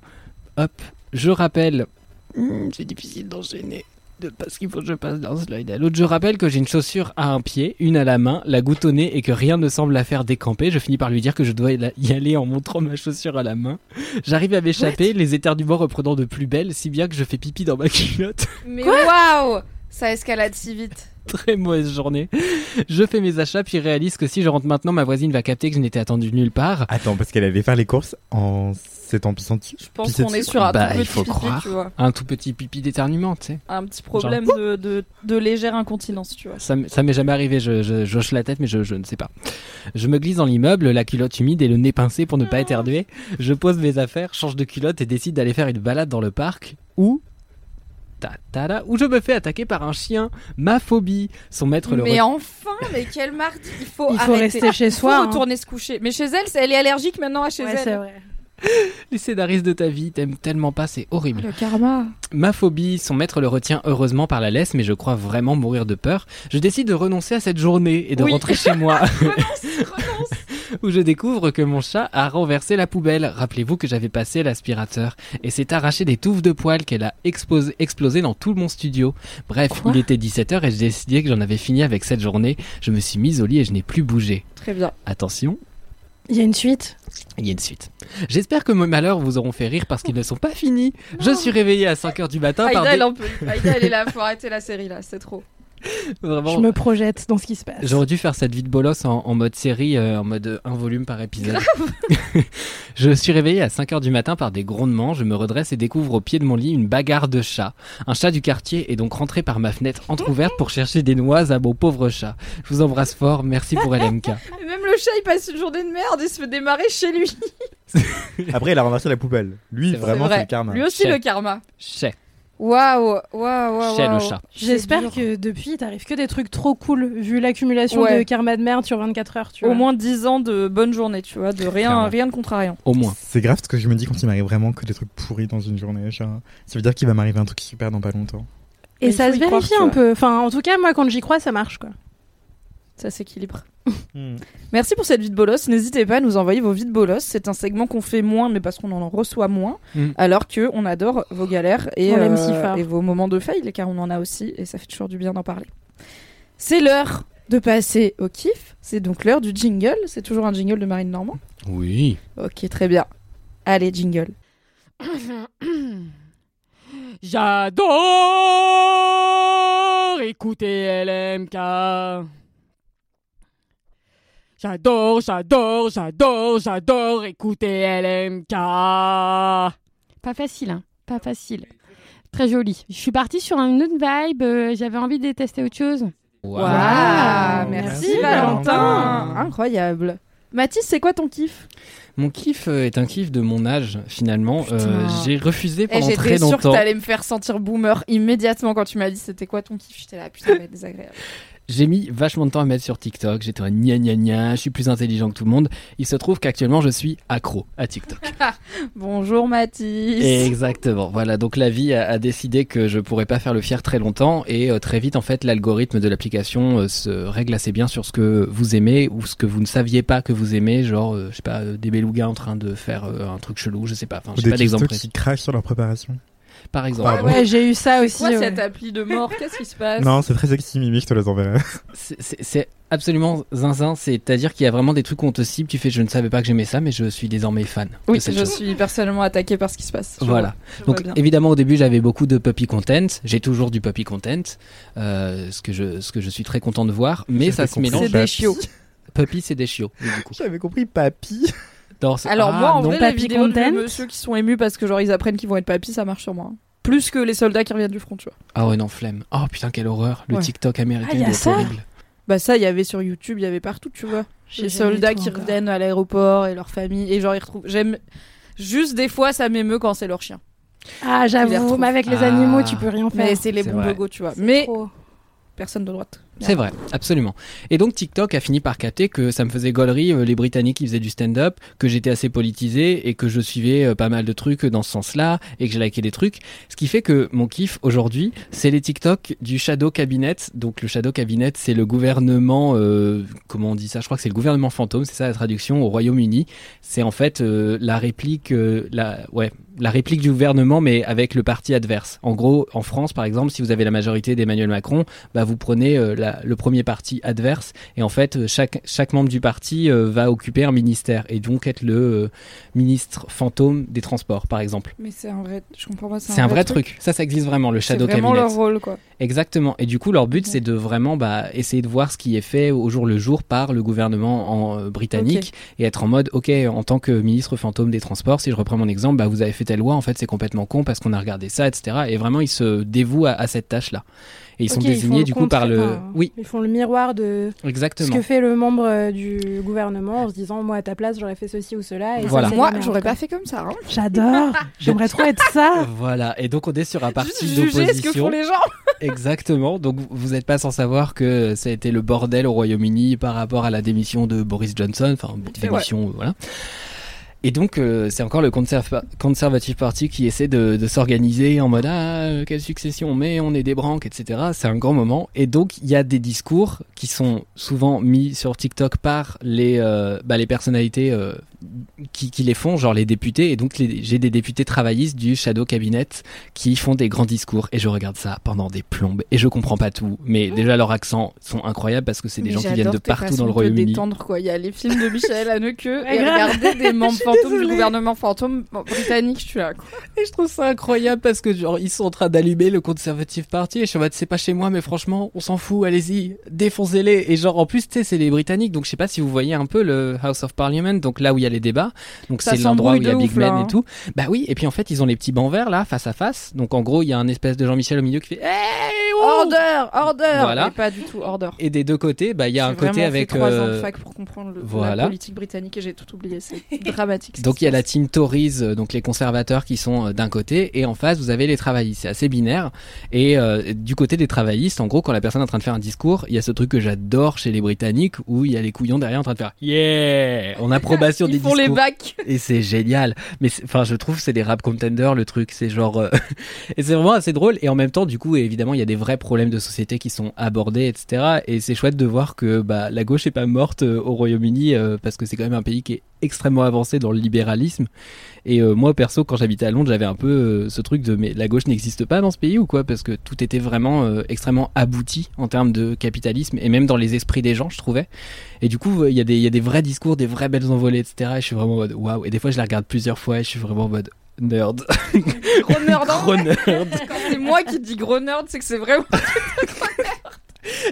Je rappelle... c'est difficile d'enchaîner. Parce qu'il faut que je passe d'un slide à l'autre. Je rappelle que j'ai une chaussure à un pied, une à la main, la goutte au nez et que rien ne semble la faire décamper. Je finis par lui dire que je dois y aller en montrant ma chaussure à la main. J'arrive à m'échapper, les éternuements reprenant de plus belle, si bien que je fais pipi dans ma culotte. Mais waouh, ça escalade si vite. Très mauvaise journée. Je fais mes achats puis réalise que si je rentre maintenant, ma voisine va capter que je n'étais attendu nulle part. Attends, parce qu'elle allait faire les courses en s'étant pissant dessus. Je pense qu'on est sur un tout il petit faut pipi, croire. tu vois. Un tout petit pipi d'éternuement, tu sais. Un petit problème de légère incontinence, tu vois. Ça m'est jamais arrivé, je hoche la tête mais je ne sais pas. Je me glisse dans l'immeuble, la culotte humide et le nez pincé pour ne pas éternuer. Je pose mes affaires, change de culotte et décide d'aller faire une balade dans le parc où je me fais attaquer par un chien. Ma phobie. Son maître le Mais enfin, mais quel mardi. Il faut arrêter. rester chez soi. Il faut retourner se coucher. Mais chez elle, elle est allergique maintenant à chez Ouais, elle. c'est vrai. Les scénaristes de ta vie t'aiment tellement pas, c'est horrible. Le karma. Ma phobie, son maître le retient heureusement par la laisse, mais je crois vraiment mourir de peur. Je décide de renoncer à cette journée et de rentrer chez moi. Renonce. Où je découvre que mon chat a renversé la poubelle. Rappelez-vous que j'avais passé l'aspirateur et s'est arraché des touffes de poils qu'elle a explosé dans tout mon studio. Bref, il était 17h et j'ai décidé que j'en avais fini avec cette journée. Je me suis mise au lit et je n'ai plus bougé. Très bien. Attention, Il y a une suite. il y a une suite. J'espère que mes malheurs vous auront fait rire parce qu'ils ne sont pas finis. Je suis réveillé à 5h du matin par Aïda, des... elle en peut. Aïda, elle est là. Faut arrêter la série là. C'est trop. Vraiment, Je me projette dans ce qui se passe. j'aurais dû faire cette vie de bolos en mode série, en mode un volume par épisode. Je suis réveillé à 5h du matin par des grondements, je me redresse et découvre au pied de mon lit une bagarre de chats. Un chat du quartier est donc rentré par ma fenêtre entrouverte pour chercher des noises à mon pauvre chat. Je vous embrasse fort, merci pour LMK. Et même le chat, il passe une journée de merde. Il se fait démarrer chez lui. Après, il a renversé la poubelle. Lui, C'est vraiment, vrai. c'est le karma. Lui aussi, Chef. le karma. Chais, Waouh. chais le chat. J'espère que depuis, t'arrives que des trucs trop cool, vu l'accumulation Ouais. de karma de merde sur 24 heures. Tu Au vois. moins 10 ans de bonne journée, tu vois. De Clairement. rien de contrariant. Au moins. C'est grave ce que je me dis quand il m'arrive vraiment que des trucs pourris dans une journée. Genre, ça veut dire qu'il va m'arriver un truc super dans pas longtemps. Et Il ça faut se y croire, vérifie tu un vois. peu. Enfin, en tout cas, moi, quand j'y crois, ça marche, quoi. Ça s'équilibre. Merci pour cette vie de bolos. N'hésitez pas à nous envoyer vos vies de bolos. C'est un segment qu'on fait moins, mais parce qu'on en reçoit moins. Alors que on adore vos galères et, On l'aime si fort. et vos moments de fail, car on en a aussi et ça fait toujours du bien d'en parler. C'est l'heure de passer au kiff. C'est donc l'heure du jingle. C'est toujours un jingle de Marine Normand. Oui. Ok, très bien. Allez, jingle. J'adore écouter LMK. J'adore écouter LMK. Pas facile, hein. Pas facile. Très joli. Je suis partie sur une autre vibe. J'avais envie de tester autre chose. Waouh, merci Valentin. Incroyable. Mathis, c'est quoi ton kiff? Mon kiff est un kiff de mon âge, finalement. J'ai refusé pendant très J'étais sûre longtemps. que t'allais me faire sentir boomer immédiatement quand tu m'as dit c'était quoi ton kiff. J'étais là, putain, ça va être désagréable. J'ai mis vachement de temps à mettre sur TikTok. J'étais un gna gna gna, je suis plus intelligent que tout le monde. Il se trouve qu'actuellement, je suis accro à TikTok. Bonjour Mathis. Exactement. Voilà, donc la vie a décidé que je pourrais pas faire le fier très longtemps et très vite, en fait, l'algorithme de l'application se règle assez bien sur ce que vous aimez ou ce que vous ne saviez pas que vous aimez. Genre, je sais pas, des belugas en train de faire un truc chelou, je sais pas. Enfin, je sais pas d'exemple précis. Qui crachent sur leur préparation. Par exemple. Ouais, j'ai eu ça aussi. C'est quoi cette appli de mort? Qu'est-ce qui se passe? Non, c'est très sexy, Mimi, je te les enverrai. C'est absolument zinzin, c'est-à-dire qu'il y a vraiment des trucs où on te cible, tu fais je ne savais pas que j'aimais ça, mais je suis désormais fan. Oui, je suis personnellement attaquée par ce qui se passe. Voilà. Donc évidemment au début j'avais beaucoup de puppy content, j'ai toujours du puppy content, ce que je suis très content de voir, mais ça se mélange. C'est des chiots. Puppy c'est des chiots. Du coup. J'avais compris papy. Alors moi en vrai les papy vidéos content. de monsieur qui sont émus parce que genre ils apprennent qu'ils vont être papy, ça marche sur moi. Plus que les soldats qui reviennent du front, tu vois. Ah ouais non flemme. Oh putain quelle horreur, le TikTok américain y a est ça horrible. Bah ça il y avait sur YouTube, il y avait partout, tu vois. Les soldats qui reviennent à l'aéroport et leur famille et genre ils retrouvent. J'aime juste des fois ça m'émeut quand c'est leur chien. Ah j'avoue, mais avec les animaux tu peux rien faire. Mais c'est les bons logos, tu vois. Mais personne de droite. C'est vrai, absolument. Et donc TikTok a fini par capter que ça me faisait gaulerie les Britanniques qui faisaient du stand-up, que j'étais assez politisé et que je suivais pas mal de trucs dans ce sens-là et que j'ai liké des trucs. Ce qui fait que mon kiff aujourd'hui, c'est les TikTok du Shadow Cabinet. Donc le Shadow Cabinet, c'est le gouvernement, comment on dit ça? Je crois que c'est le gouvernement fantôme, c'est ça la traduction au Royaume-Uni. C'est en fait la réplique, la réplique du gouvernement mais avec le parti adverse. En gros, en France par exemple, si vous avez la majorité d'Emmanuel Macron, bah vous prenez le premier parti adverse et en fait chaque membre du parti va occuper un ministère et donc être le ministre fantôme des transports par exemple. Mais c'est un vrai, je comprends pas. C'est un vrai truc. Ça existe vraiment, le Shadow Cabinet. C'est vraiment leur rôle quoi. Exactement. Et du coup leur but c'est de vraiment essayer de voir ce qui est fait au jour le jour par le gouvernement britannique et être en mode ok, en tant que ministre fantôme des transports, si je reprends mon exemple, vous avez fait telle loi, en fait c'est complètement con parce qu'on a regardé ça, etc. Et vraiment ils se dévouent à cette tâche là. Et ils sont désignés du coup par le... Oui. Ils font le miroir de Exactement. ce que fait le membre du gouvernement en se disant moi à ta place j'aurais fait ceci ou cela. Et voilà. ça, moi j'aurais pas fait comme ça. Hein. J'adore. J'aimerais trop être ça. Voilà. Et donc on est sur un parti d'opposition. Juger ce que font les gens. Exactement. Donc vous n'êtes pas sans savoir que ça a été le bordel au Royaume-Uni par rapport à la démission de Boris Johnson. Enfin démission, voilà. Et donc, c'est encore le Conservative Party qui essaie de s'organiser en mode « Ah, quelle succession on met, on est des branques, etc. » C'est un grand moment. Et donc, il y a des discours qui sont souvent mis sur TikTok par les personnalités qui les font, genre les députés. Et donc, j'ai des députés travaillistes du Shadow Cabinet qui font des grands discours. Et je regarde ça pendant des plombes. Et je comprends pas tout. Mais déjà, leurs accents sont incroyables parce que c'est des gens qui viennent de partout dans le Royaume-Uni. Détendre, quoi. Il y a les films de Michel Haneke et regarder des membres fantômes du gouvernement fantôme britannique, je suis là, quoi. Et je trouve ça incroyable parce que genre ils sont en train d'allumer le Conservative Party et je suis en mode c'est pas chez moi mais franchement on s'en fout, allez-y, défoncez-les. Et genre en plus tu sais c'est les Britanniques, donc je sais pas si vous voyez un peu le House of Parliament, donc là où il y a les débats, donc ça c'est l'endroit où il y a Big Ben et tout. Bah oui, et puis en fait ils ont les petits bancs verts là face à face, donc en gros il y a un espèce de Jean-Michel au milieu qui fait hey, oh order, voilà. Mais pas du tout order. Et des deux côtés il y a un côté avec j'ai 3 ans de fac pour comprendre la politique britannique et j'ai tout oublié, c'est dramatique. Donc il y a la team Tories, donc les conservateurs qui sont d'un côté, et en face vous avez les travaillistes. C'est assez binaire. Et du côté des travaillistes, en gros, quand la personne est en train de faire un discours, il y a ce truc que j'adore chez les Britanniques où il y a les couillons derrière en train de faire yeah en approbation des discours. Ils font les bacs. Et c'est génial. Mais enfin, je trouve c'est des rap contenders le truc. C'est genre et c'est vraiment assez drôle. Et en même temps, du coup, évidemment, il y a des vrais problèmes de société qui sont abordés, etc. Et c'est chouette de voir que la gauche est pas morte au Royaume-Uni parce que c'est quand même un pays qui est extrêmement avancé dans le libéralisme. Et moi perso quand j'habitais à Londres j'avais un peu ce truc de mais la gauche n'existe pas dans ce pays ou quoi, parce que tout était vraiment extrêmement abouti en termes de capitalisme et même dans les esprits des gens je trouvais. Et du coup il y a des vrais discours, des vraies belles envolées, etc. Et je suis vraiment en mode waouh. Et des fois je les regarde plusieurs fois et je suis vraiment en mode nerd. Gros nerd. Gros nerd. Quand c'est moi qui dis gros nerd c'est que c'est vraiment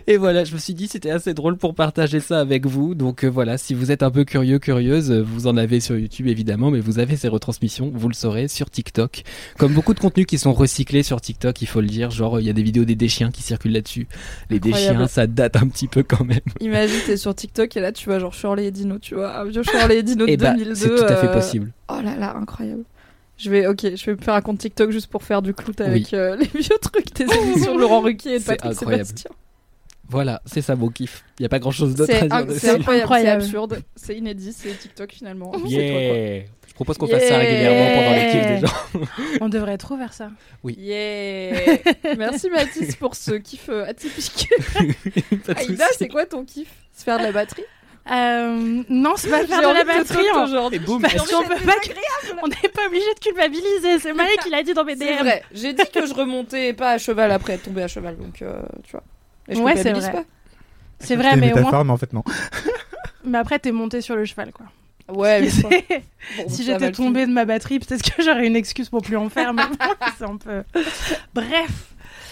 Et voilà, je me suis dit c'était assez drôle pour partager ça avec vous. Donc voilà, si vous êtes un peu curieux, curieuse, vous en avez sur YouTube évidemment, mais vous avez ces retransmissions, vous le saurez, sur TikTok. Comme beaucoup de contenus qui sont recyclés sur TikTok, il faut le dire. Genre, il y a des vidéos des chiens qui circulent là-dessus. Les chiens, ça date un petit peu quand même. Imagine, t'es sur TikTok et là, tu vois genre Shirley et Dino, tu vois. Un vieux Shirley et Dino de 2002. C'est tout à fait possible. Oh là là, incroyable. Je vais me faire un compte TikTok juste pour faire du clout avec les vieux trucs des émissions de Laurent Ruquier et de Patrick Sébastien. Voilà, c'est ça mon kiff. Il n'y a pas grand chose d'autre à dire dessus. C'est incroyable, c'est absurde, c'est inédit, c'est TikTok finalement. Yeah. Je propose qu'on fasse ça régulièrement pendant les kiffs des gens. On devrait trop faire ça. Oui. Yeah. Merci Mathis pour ce kiff atypique. Aïda, c'est quoi ton kiff? Se faire de la batterie? Non, c'est pas faire de la batterie aujourd'hui. Parce qu'on peut pas. On n'est pas obligé de culpabiliser. C'est Marie qui l'a dit dans mes DM. C'est vrai. J'ai dit que je remontais pas à cheval après être tombée à cheval, donc tu vois. Et je c'est vrai. Pas. C'est vrai, mais au moins. Mais en fait non. Mais après, t'es montée sur le cheval, quoi. Ouais. Mais si j'étais tombée de ma batterie, peut-être que j'aurais une excuse pour plus en faire. Mais c'est un peu. Bref.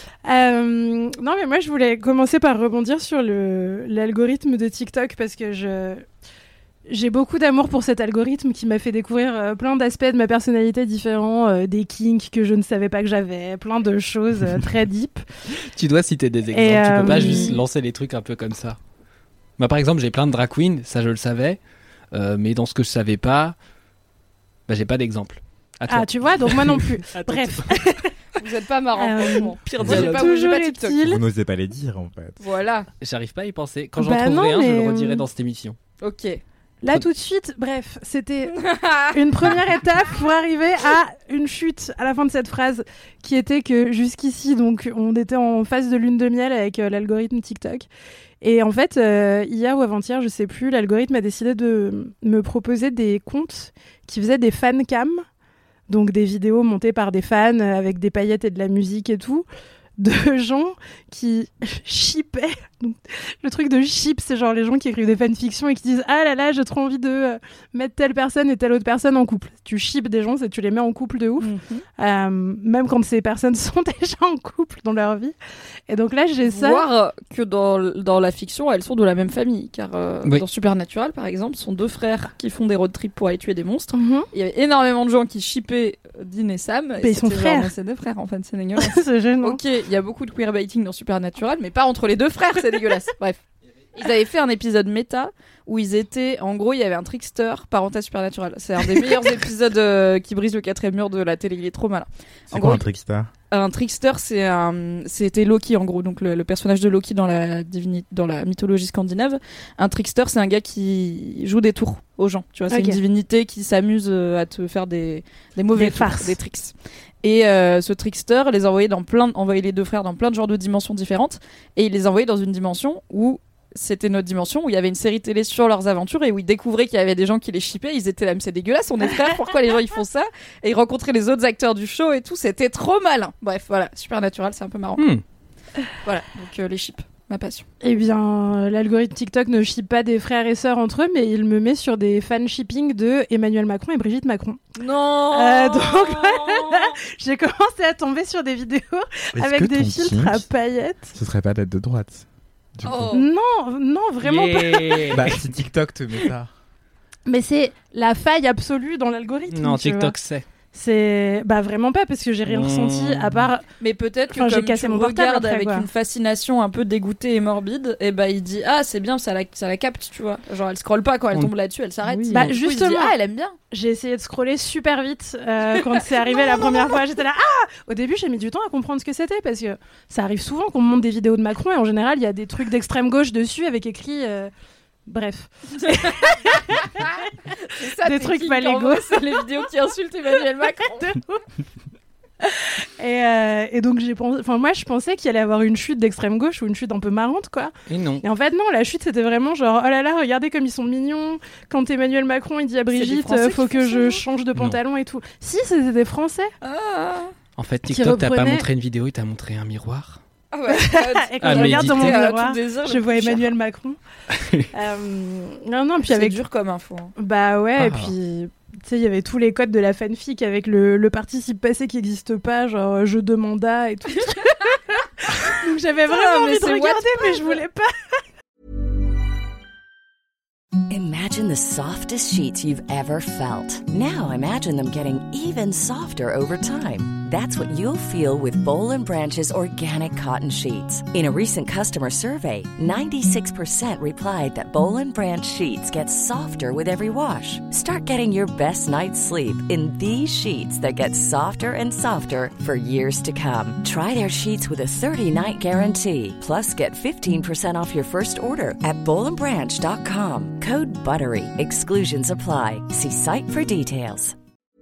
Non, mais moi je voulais commencer par rebondir sur l'algorithme de TikTok parce que j'ai beaucoup d'amour pour cet algorithme qui m'a fait découvrir plein d'aspects de ma personnalité différents, des kinks que je ne savais pas que j'avais, plein de choses très deep. Tu dois citer des exemples, tu peux pas juste lancer des trucs un peu comme ça. Moi par exemple j'ai plein de drag queens, ça je le savais, mais dans ce que je savais pas, j'ai pas d'exemple. Ah tu vois, donc moi non plus. Bref. Vous êtes pas marrant, franchement. Pire toujours TikTok. Vous n'osez pas les dire en fait. Voilà. J'arrive pas à y penser. Quand j'en trouverai un, je le redirai dans cette émission. Ok. Là tout de suite, bref, c'était une première étape pour arriver à une chute à la fin de cette phrase qui était que jusqu'ici, donc on était en phase de lune de miel avec l'algorithme TikTok. Et en fait, hier ou avant-hier, je sais plus, l'algorithme a décidé de me proposer des comptes qui faisaient des fan cam. Donc des vidéos montées par des fans avec des paillettes et de la musique et tout, de gens qui shippaient. Donc, le truc de ship, c'est genre les gens qui écrivent des fanfictions et qui disent « Ah là là, j'ai trop envie de mettre telle personne et telle autre personne en couple. » Tu shippes des gens, tu les mets en couple de ouf, même quand ces personnes sont déjà en couple dans leur vie. Et donc là, j'ai ça... Voir que dans la fiction, elles sont de la même famille, car dans Supernatural, par exemple, ce sont deux frères qui font des road trips pour aller tuer des monstres. Il y avait énormément de gens qui shippaient Dean et Sam. Mais ils sont frères. C'est deux frères, en fait, c'est dégueulasse. C'est gênant. Ok, il y a beaucoup de queerbaiting dans Supernatural, mais pas entre les deux frères, c'est dégueulasse. Bref. Ils avaient fait un épisode méta où ils étaient, en gros, il y avait un trickster parenthèse Supernatural. C'est un des meilleurs épisodes qui brise le quatrième mur de la télé. Il est trop malin. C'est quoi un trickster? Un trickster, c'était Loki en gros, donc le personnage de Loki dans la mythologie scandinave. Un trickster, c'est un gars qui joue des tours aux gens. Tu vois, c'est une divinité qui s'amuse à te faire des mauvais farces, des tricks. Et ce trickster envoyait les deux frères dans plein de genres de dimensions différentes, et il les envoyait dans une dimension où c'était notre dimension, où il y avait une série télé sur leurs aventures et où ils découvraient qu'il y avait des gens qui les shippaient. Ils étaient là, mais c'est dégueulasse, on est frères, pourquoi les gens ils font ça? Et ils rencontraient les autres acteurs du show et tout, c'était trop malin. Bref, voilà, Supernatural, c'est un peu marrant. Voilà, donc les ships, ma passion. Eh bien, l'algorithme TikTok ne ship pas des frères et sœurs entre eux, mais il me met sur des fan shipping de Emmanuel Macron et Brigitte Macron. Non. Donc voilà, j'ai commencé à tomber sur des vidéos avec des filtres à paillettes. Ce serait pas d'être de droite? Non, vraiment pas. Bah, si TikTok te met ça. Mais c'est la faille absolue dans l'algorithme. Non, TikTok c'est vraiment pas parce que j'ai rien ressenti à part. Mais peut-être que comme j'ai cassé tu mon regardes après, avec une fascination un peu dégoûtée et morbide, et il dit c'est bien, ça la capte, tu vois. Genre elle scrolle pas quand elle tombe là-dessus, elle s'arrête. Oui. Justement, il dit, elle aime bien. J'ai essayé de scroller super vite quand c'est arrivé la première fois. J'étais là au début j'ai mis du temps à comprendre ce que c'était parce que ça arrive souvent qu'on me montre des vidéos de Macron et en général il y a des trucs d'extrême gauche dessus avec écrit bref. C'est ça, des trucs pas légaux. C'est les vidéos qui insultent Emmanuel Macron. Et donc moi je pensais qu'il allait avoir une chute d'extrême gauche ou une chute un peu marrante quoi. Et non. Et en fait non, la chute c'était vraiment genre oh là là, regardez comme ils sont mignons. Quand Emmanuel Macron il dit à Brigitte faut que je change de pantalon et tout. Si, c'était des Français. En fait TikTok t'as pas montré une vidéo, il t'a montré un miroir. Ah ouais. Et quand je regarde dans mon miroir, je vois Emmanuel Macron. Non, puis c'est dur comme info. Bah ouais, et puis tu sais, il y avait tous les codes de la fanfic avec le participe passé qui n'existe pas, genre jeu de mandat et tout. Donc j'avais vraiment envie de regarder, mais je voulais pas. Imagine the softest sheets you've ever felt. Now imagine them getting even softer over time. That's what you'll feel with Boll & Branch's organic cotton sheets. In a recent customer survey, 96% replied that Boll & Branch sheets get softer with every wash. Start getting your best night's sleep in these sheets that get softer and softer for years to come. Try their sheets with a 30-night guarantee. Plus, get 15% off your first order at bollandbranch.com. Code BUTTERY. Exclusions apply. See site for details.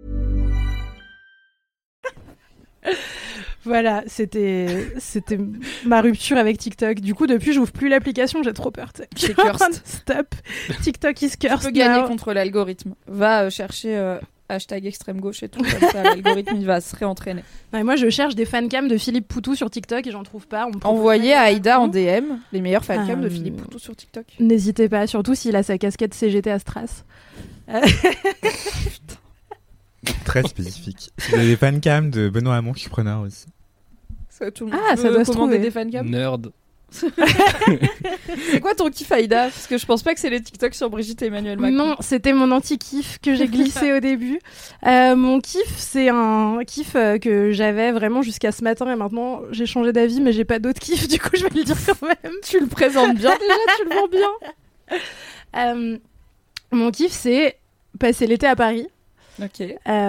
Voilà, c'était ma rupture avec TikTok. Du coup, depuis, j'ouvre plus l'application, j'ai trop peur. C'est cursed. Stop. TikTok is cursed. Tu peux gagner now. contre l'algorithme. Va chercher hashtag extrême gauche et tout, comme ça l'algorithme il va se réentraîner. Ouais, moi, je cherche des fancams de Philippe Poutou sur TikTok et j'en trouve pas. Envoyez à Aïda en DM les meilleurs fancams de Philippe Poutou sur TikTok. N'hésitez pas, surtout s'il a sa casquette CGT à Stras. Très spécifique. Si vous avez des fancams de Benoît Hamon, je suis preneur aussi. Ça, tout le monde peut doit se commander trouver. des fancams. Nerd. C'est quoi ton kiff, Aïda? Parce que je pense pas que c'est les TikTok sur Brigitte et Emmanuel Macron. Non, c'était mon anti-kiff que j'ai glissé au début. Mon kiff, c'est un kiff que j'avais vraiment jusqu'à ce matin et maintenant j'ai changé d'avis, mais j'ai pas d'autre kiff, du coup je vais le dire quand même. Tu le présentes bien déjà, tu le vends bien. Mon kiff, c'est passer l'été à Paris. Ok.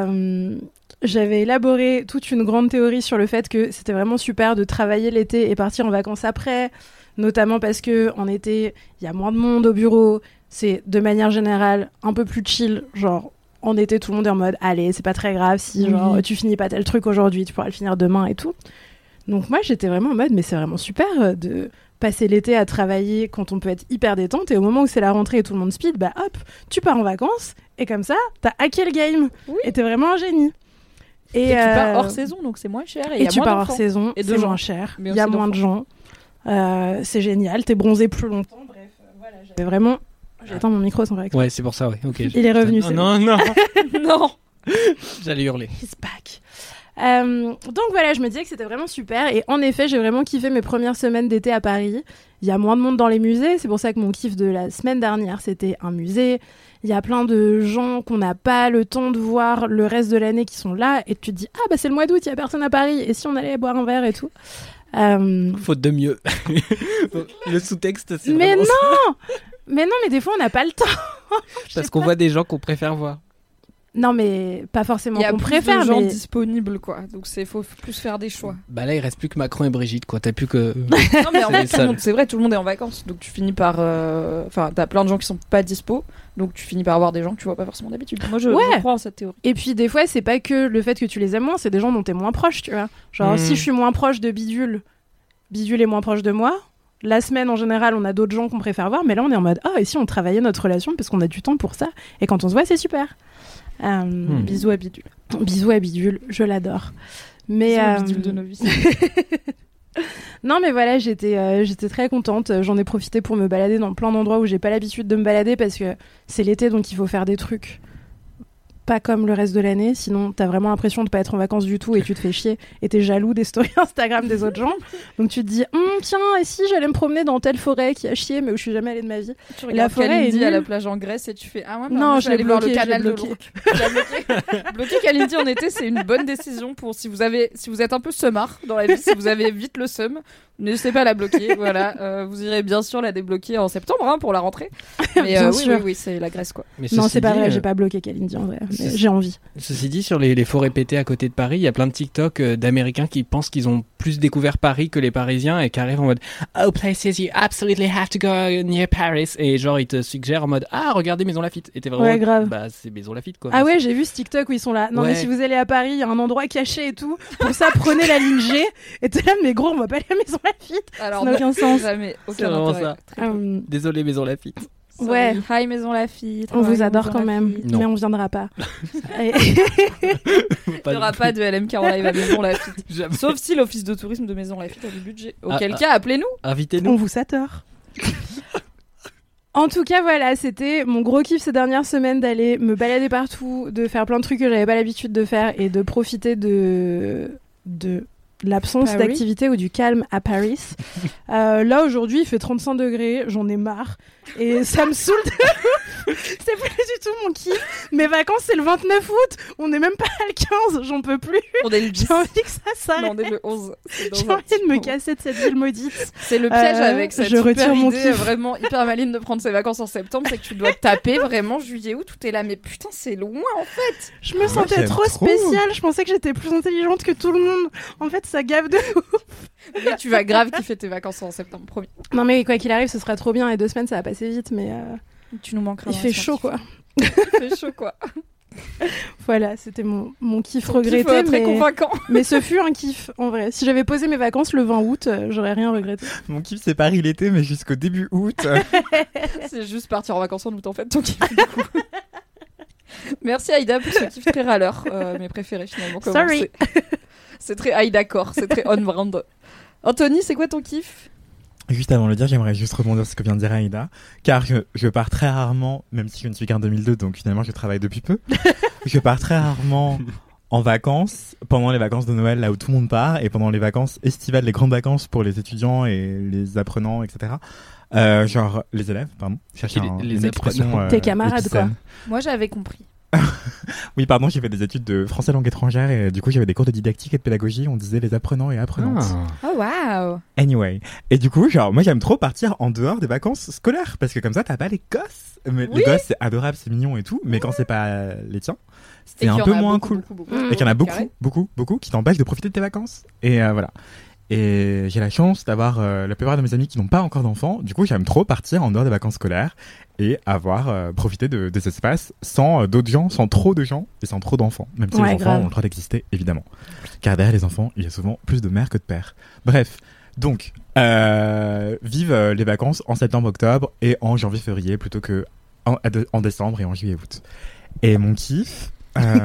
J'avais élaboré toute une grande théorie sur le fait que c'était vraiment super de travailler l'été et partir en vacances après, notamment parce que en été, il y a moins de monde au bureau, c'est de manière générale un peu plus chill, genre en été tout le monde est en mode allez, c'est pas très grave si genre tu finis pas tel truc aujourd'hui, tu pourras le finir demain et tout. Donc moi, j'étais vraiment en mode mais c'est vraiment super de passer l'été à travailler quand on peut être hyper détente et au moment où c'est la rentrée et tout le monde speed, bah hop, tu pars en vacances et comme ça, t'as hacké le game et t'es vraiment un génie. Et tu pars hors saison, donc c'est moins cher. Et tu pars hors saison, c'est moins cher. Il y a moins de gens. C'est génial. T'es bronzé plus longtemps. Bref, voilà. J'avais vraiment. J'éteins mon micro sans réaction. Ouais, c'est pour ça, ouais. Ok. Il est revenu. Non, non. Non. J'allais hurler. He's back. Donc voilà, je me disais que c'était vraiment super. Et en effet, j'ai vraiment kiffé mes premières semaines d'été à Paris. Il y a moins de monde dans les musées. C'est pour ça que mon kiff de la semaine dernière, c'était un musée. Il y a plein de gens qu'on n'a pas le temps de voir le reste de l'année qui sont là. Et tu te dis, ah bah c'est le mois d'août, il n'y a personne à Paris. Et si on allait boire un verre et tout Faute de mieux. Le sous-texte, c'est mais vraiment non Mais non, mais des fois, on n'a pas le temps. Parce qu'on voit des gens qu'on préfère voir. Non, mais pas forcément qu'on Il préfère. y a plus de gens mais... disponibles, quoi. Donc, faut plus faire des choix. Bah là, il reste plus que Macron et Brigitte, quoi. T'as plus que... Non, mais en fait, c'est vrai, tout le monde est en vacances. Donc, tu finis par... Enfin, t'as plein de gens qui sont pas dispo. Donc, tu finis par avoir des gens que tu vois pas forcément d'habitude. Moi, je crois en cette théorie. Et puis, des fois, c'est pas que le fait que tu les aimes moins, c'est des gens dont t'es moins proche, tu vois. Genre, si je suis moins proche de Bidule, Bidule est moins proche de moi. La semaine, en général, on a d'autres gens qu'on préfère voir. Mais là, on est en mode, et si on travaillait notre relation parce qu'on a du temps pour ça. Et quand on se voit, c'est super. Bisous à Bidule. Bisous à Bidule, je l'adore. Mais Bidule de novice. Non, mais voilà, j'étais très contente. J'en ai profité pour me balader dans plein d'endroits où j'ai pas l'habitude de me balader parce que c'est l'été, donc il faut faire des trucs pas comme le reste de l'année. Sinon, t'as vraiment l'impression de pas être en vacances du tout et tu te fais chier et t'es jaloux des stories Instagram des autres gens. Donc tu te dis, tiens, et si j'allais me promener dans telle forêt qui a chier mais où je suis jamais allée de ma vie. Tu regardes la forêt Kalindi est à la plage en Grèce et tu fais non, je l'ai voir le bloqué, canal je l'ai de bloqué. l'eau. Bloquer Kalindi en été, c'est une bonne décision pour si vous êtes un peu seumard dans la vie, si vous avez vite le seum, n'hésitez pas à la bloquer. Voilà, vous irez bien sûr la débloquer en septembre pour la rentrée. Mais oui, c'est la Grèce quoi. Mais non, c'est pas vrai, j'ai pas bloqué Kalindi en vrai. Mais j'ai envie. Ceci dit, sur les forêts pétées à côté de Paris, il y a plein de TikTok d'Américains qui pensent qu'ils ont plus découvert Paris que les Parisiens et qui arrivent en mode oh places you absolutely have to go near Paris et genre ils te suggèrent en mode regardez Maison Lafitte et t'es vraiment ouais, grave. Bah c'est Maison Lafitte quoi. Ah ouais, j'ai vu ce TikTok où ils sont là. Non mais si vous allez à Paris, il y a un endroit caché et tout. Pour ça, prenez la ligne G. Et t'es là, mais gros, on va pas aller à Maison Lafitte. Alors ça n'a aucun sens. Jamais, c'est vraiment ça. Désolé Maison Lafitte. Ouais. Hi Maison Lafitte. On vous adore quand même, mais on viendra pas. Il n'y aura pas de LMK en live à Maison Lafitte. Sauf si l'office de tourisme de Maison Lafitte a du budget. Auquel cas, appelez-nous. Invitez-nous. On vous adore. En tout cas, voilà, c'était mon gros kiff ces dernières semaines d'aller me balader partout, de faire plein de trucs que j'avais pas l'habitude de faire et de profiter de l'absence Paris. d'activité ou du calme à Paris. Là aujourd'hui il fait 35 degrés, j'en ai marre et ça me saoule de ouf. C'est plus du tout mon kiff. Mes vacances c'est le 29 août, on n'est même pas le 15, j'en peux plus. On est le 10. J'ai envie que ça s'arrête. Non, on est le 11. J'ai envie de me casser de cette ville maudite. C'est le piège avec cette je retire super mon idée kiff. vraiment hyper maligne de prendre ses vacances en septembre, c'est que tu dois taper vraiment juillet août, tout est là, mais putain c'est loin en fait. Je me sentais trop spéciale, je pensais que j'étais plus intelligente que tout le monde. En fait ça gave de ouf. Mais tu vas grave kiffer tes vacances en septembre, promis. Non mais quoi qu'il arrive ce sera trop bien et 2 semaines ça va passer vite mais tu nous manqueras. il fait chaud quoi. Il fait chaud quoi. Voilà, c'était mon kiff Ton regretté. kiff, très convaincant. Mais ce fut un kiff, en vrai. Si j'avais posé mes vacances le 20 août, j'aurais rien regretté. Mon kiff, c'est Paris l'été, mais jusqu'au début août. C'est juste partir en vacances en août, en fait, ton kiff, du coup. Merci Aïda pour ce kiff très râleur. Mes préférés, finalement. Sorry. C'est très Aïda-core, c'est très on-brand. Anthony, c'est quoi ton kiff ? Juste avant de le dire, j'aimerais juste rebondir sur ce que vient de dire Aïda, car je pars très rarement, même si je ne suis qu'en 2002, donc finalement je travaille depuis peu, je pars très rarement en vacances, pendant les vacances de Noël, là où tout le monde part, et pendant les vacances estivales, les grandes vacances pour les étudiants et les apprenants, etc. Genre, les élèves, pardon. Les apprenants. Tes camarades, quoi. Moi, j'avais compris. Oui, pardon, j'ai fait des études de français langue étrangère et du coup j'avais des cours de didactique et de pédagogie, on disait les apprenants et apprenantes. Oh waouh. Anyway, et du coup, genre, moi j'aime trop partir en dehors des vacances scolaires parce que comme ça t'as pas les gosses. Mais les gosses c'est adorable, c'est mignon et tout, mais quand c'est pas les tiens, c'est un peu moins cool. Et qu'il y en a beaucoup qui t'empêchent de profiter de tes vacances. Et voilà. Et j'ai la chance d'avoir la plupart de mes amis qui n'ont pas encore d'enfants. Du coup, j'aime trop partir en dehors des vacances scolaires et avoir profité de ces espaces sans d'autres gens, sans trop de gens et sans trop d'enfants. Même si les enfants ont le droit d'exister, évidemment. Car derrière les enfants, il y a souvent plus de mères que de pères. Bref, donc, vive les vacances en septembre-octobre et en janvier-février plutôt que en décembre et en juillet-août. Et mon kiff,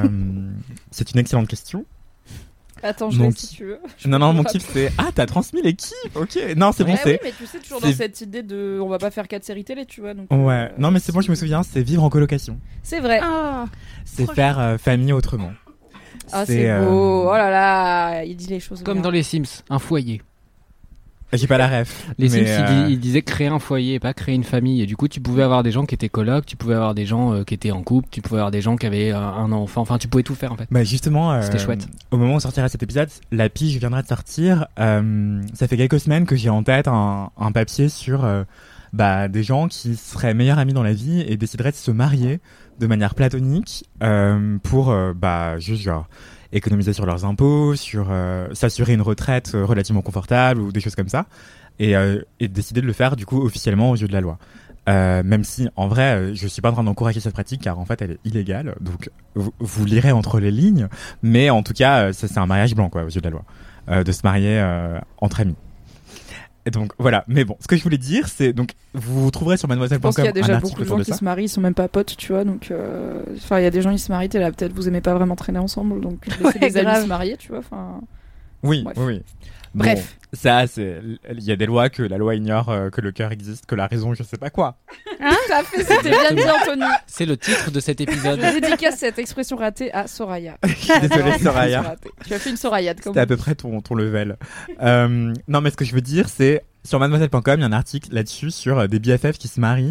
c'est une excellente question. Attends, je vais si tu veux. Non, mon kiff c'est... Ah, t'as transmis les kiffs, ok. Non, c'est bon, c'est... Oui, mais tu sais, toujours dans cette idée de... On va pas faire 4 séries télé, tu vois. Donc, ouais, non mais c'est bon, je me souviens, c'est vivre en colocation. C'est vrai. C'est faire famille autrement. Ah, c'est beau. Oh là là, il dit les choses Comme bien. dans les Sims, un foyer. J'ai pas la ref. Les Sims, ils disaient créer un foyer, pas créer une famille. Et du coup, tu pouvais avoir des gens qui étaient colocs, tu pouvais avoir des gens qui étaient en couple, tu pouvais avoir des gens qui avaient un enfant. Enfin, tu pouvais tout faire en fait. Bah justement, c'était chouette. Au moment où sortira cet épisode, la pige viendra de sortir. Ça fait quelques semaines que j'ai en tête un papier sur des gens qui seraient meilleurs amis dans la vie et décideraient de se marier de manière platonique pour juste genre économiser sur leurs impôts, sur s'assurer une retraite relativement confortable ou des choses comme ça, et décider de le faire du coup officiellement aux yeux de la loi. Même si en vrai je suis pas en train d'encourager cette pratique car en fait elle est illégale, donc vous lirez entre les lignes, mais en tout cas ça c'est un mariage blanc quoi aux yeux de la loi, de se marier entre amis. Et donc voilà, mais bon, ce que je voulais dire, c'est donc vous trouverez sur mademoiselle.com un article autour de ça. Je pense qu'il y a déjà beaucoup de gens qui se marient, ils sont même pas potes, tu vois. Donc, il y a des gens ils se marient, t'es là, peut-être vous aimez pas vraiment traîner ensemble, donc laissez des amis se marier, tu vois. Enfin. Oui. Bref. Bon, ça, il y a des lois que la loi ignore, que le cœur existe, que la raison, je sais pas quoi. Tout à fait, c'était bien dit, Anthony. C'est le titre de cet épisode. Je dédicace cette expression ratée à Soraya. Désolé, Soraya. Tu as fait une Sorayade. C'était à peu près ton level. Non, mais ce que je veux dire, c'est sur mademoiselle.com, il y a un article là-dessus sur des BFF qui se marient.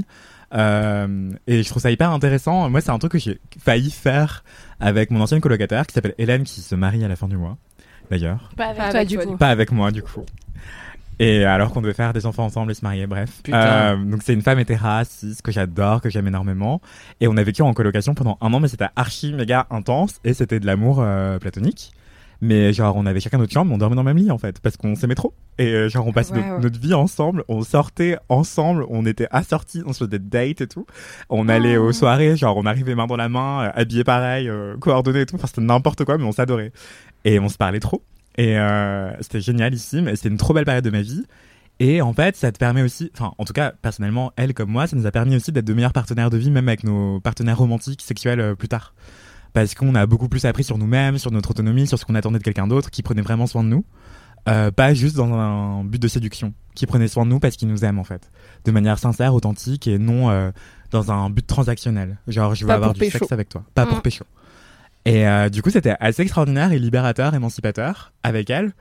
Et je trouve ça hyper intéressant. Moi, c'est un truc que j'ai failli faire avec mon ancienne colocataire qui s'appelle Hélène, qui se marie à la fin du mois. D'ailleurs. Pas avec toi, du coup. Pas avec moi, du coup. Et alors qu'on devait faire des enfants ensemble et se marier, bref. Donc c'est une femme hétéra, cis, que j'adore, que j'aime énormément. Et on a vécu en colocation pendant 1 an, mais c'était archi méga intense et c'était de l'amour platonique. Mais genre on avait chacun notre chambre, mais on dormait dans le même lit en fait, parce qu'on s'aimait trop. Et genre on passait notre vie ensemble, on sortait ensemble, on était assortis, on se faisait des dates et tout. On allait aux soirées, genre on arrivait main dans la main, habillés pareil, coordonnés et tout. Enfin c'était n'importe quoi, mais on s'adorait. Et on se parlait trop. Et c'était génialissime. Et c'était une trop belle période de ma vie. Et en fait, ça te permet aussi... Enfin, en tout cas, personnellement, elle comme moi, ça nous a permis aussi d'être de meilleurs partenaires de vie, même avec nos partenaires romantiques, sexuels plus tard. Parce qu'on a beaucoup plus appris sur nous-mêmes, sur notre autonomie, sur ce qu'on attendait de quelqu'un d'autre, qui prenait vraiment soin de nous. Pas juste dans un but de séduction. Qui prenait soin de nous parce qu'il nous aime, en fait. De manière sincère, authentique, et non dans un but transactionnel. Genre, je veux avoir du sexe avec toi. Pas pour pécho. Et du coup, c'était assez extraordinaire et libérateur, émancipateur avec elle.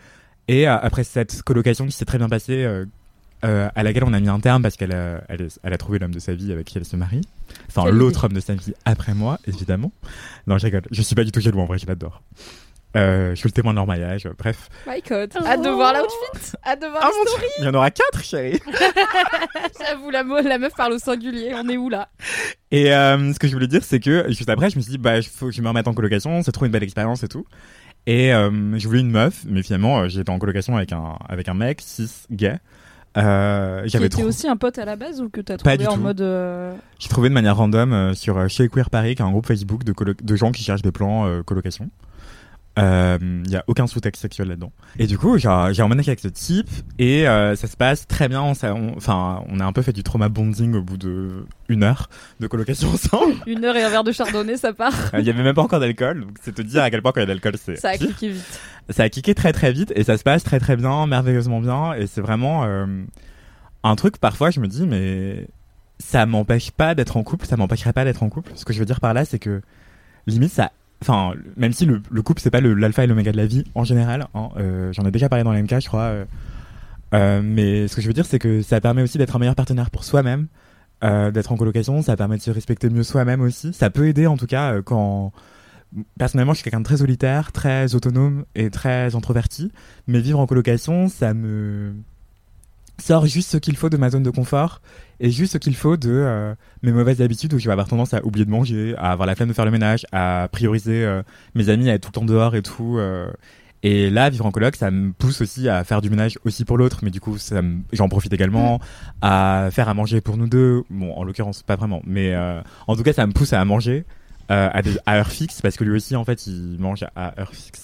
Et après cette colocation qui s'est très bien passée, à laquelle on a mis un terme parce qu'elle a trouvé l'homme de sa vie avec qui elle se marie. Enfin, Quelle l'autre idée. homme de sa vie après moi, évidemment. Non, je rigole. Je suis pas du tout jaloux, en vrai, je l'adore. Je suis le témoin de leur mariage, bref. My God. Hâte de voir l'outfit. Hâte de voir Ah, la mon story. Il y en aura 4, chérie. J'avoue, la meuf parle au singulier. On est où là? Et ce que je voulais dire, c'est que juste après, je me suis dit, bah, il faut que je me remette en colocation. C'est trop une belle expérience et tout. Et je voulais une meuf, mais finalement, j'étais en colocation avec un mec, cis, gay. J'avais aussi un pote à la base ou que t'as trouvé Pas du en tout. mode J'ai trouvé de manière random sur Chez Queer Paris, qui est un groupe Facebook de gens qui cherchent des plans colocation. Il y a aucun sous-texte sexuel là-dedans. Et du coup, j'ai emmené avec ce type et ça se passe très bien. On a un peu fait du trauma bonding au bout de 1 heure de colocation ensemble. 1 heure et un verre de chardonnay, ça part. Il y avait même pas encore d'alcool, donc c'est te dire à quel point quand il y a de l'alcool, c'est Ça a pire. cliqué vite. Ça a cliqué très très vite et ça se passe très très bien, merveilleusement bien. Et c'est vraiment un truc, parfois je me dis, mais ça m'empêche pas d'être en couple, ça m'empêcherait pas d'être en couple. Ce que je veux dire par là, c'est que limite ça... Enfin, même si le couple c'est pas l'alpha et l'oméga de la vie en général, hein, j'en ai déjà parlé dans l'MK, je crois. Mais ce que je veux dire, c'est que ça permet aussi d'être un meilleur partenaire pour soi-même, d'être en colocation, ça permet de se respecter mieux soi-même aussi. Ça peut aider en tout cas quand... Personnellement, je suis quelqu'un de très solitaire, très autonome et très introverti, mais vivre en colocation, ça me sort juste ce qu'il faut de ma zone de confort et juste ce qu'il faut de mes mauvaises habitudes où je vais avoir tendance à oublier de manger, à avoir la flemme de faire le ménage, à prioriser mes amis, à être tout le temps dehors et tout. Et là, vivre en coloc, ça me pousse aussi à faire du ménage aussi pour l'autre, mais du coup, j'en profite également à faire à manger pour nous deux. Bon, en l'occurrence, pas vraiment, mais en tout cas, ça me pousse à manger à heure fixe parce que lui aussi, en fait, il mange à heure fixe.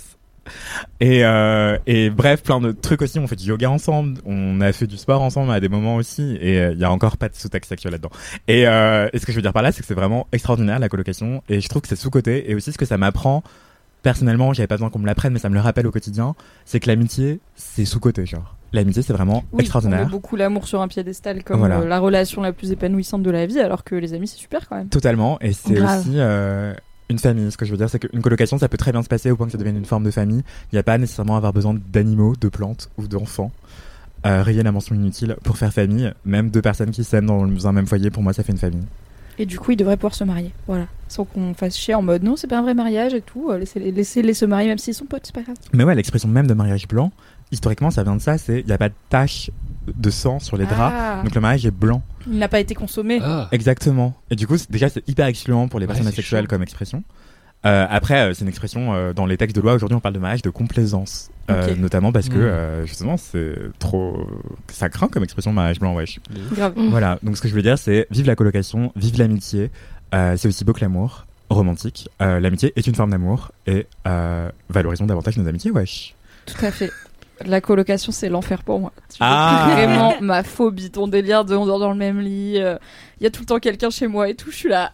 Et bref, plein de trucs aussi. On fait du yoga ensemble, on a fait du sport ensemble à des moments aussi, et il y a encore pas de sous-texte sexuel là-dedans. Et ce que je veux dire par là, c'est que c'est vraiment extraordinaire la colocation, et je trouve que c'est sous-coté. Et aussi ce que ça m'apprend personnellement, j'avais pas besoin qu'on me l'apprenne, mais ça me le rappelle au quotidien, c'est que l'amitié, c'est sous-coté, genre. L'amitié, c'est vraiment extraordinaire. On met beaucoup l'amour sur un piédestal comme Voilà. la relation la plus épanouissante de la vie, alors que les amis, c'est super quand même. Totalement, et c'est Grave. aussi une famille. Ce que je veux dire, c'est qu'une colocation, ça peut très bien se passer au point que ça devienne une forme de famille. Il n'y a pas nécessairement à avoir besoin d'animaux, de plantes ou d'enfants. Rayer la mention inutile pour faire famille. Même 2 personnes qui s'aiment dans un même foyer, pour moi, ça fait une famille. Et du coup, ils devraient pouvoir se marier, voilà. Sans qu'on fasse chier en mode non, c'est pas un vrai mariage et tout. Laissez-les se marier même s'ils sont potes, c'est pas grave. Mais ouais, l'expression même de mariage blanc, historiquement, ça vient de ça. Il n'y a pas de tache de sang sur les draps. Ah. Donc le mariage est blanc. Il n'a pas été consommé. Exactement. Et du coup, déjà, c'est hyper excluant pour les personnes c'est asexuelles chaud. comme expression. Après, c'est une expression dans les textes de loi. Aujourd'hui, on parle de mariage de complaisance. Ok. Notamment parce que, justement, c'est trop... Ça craint comme expression mariage blanc, wesh. Grave. Voilà. Donc, ce que je voulais dire, c'est vive la colocation, vive l'amitié. C'est aussi beau que l'amour romantique. L'amitié est une forme d'amour. Et valorisons davantage nos amitiés, wesh. Tout à fait. La colocation, c'est l'enfer pour moi. Ah. C'est vraiment ma phobie, ton délire de on dort dans le même lit. Il y a tout le temps quelqu'un chez moi et tout. Je suis là.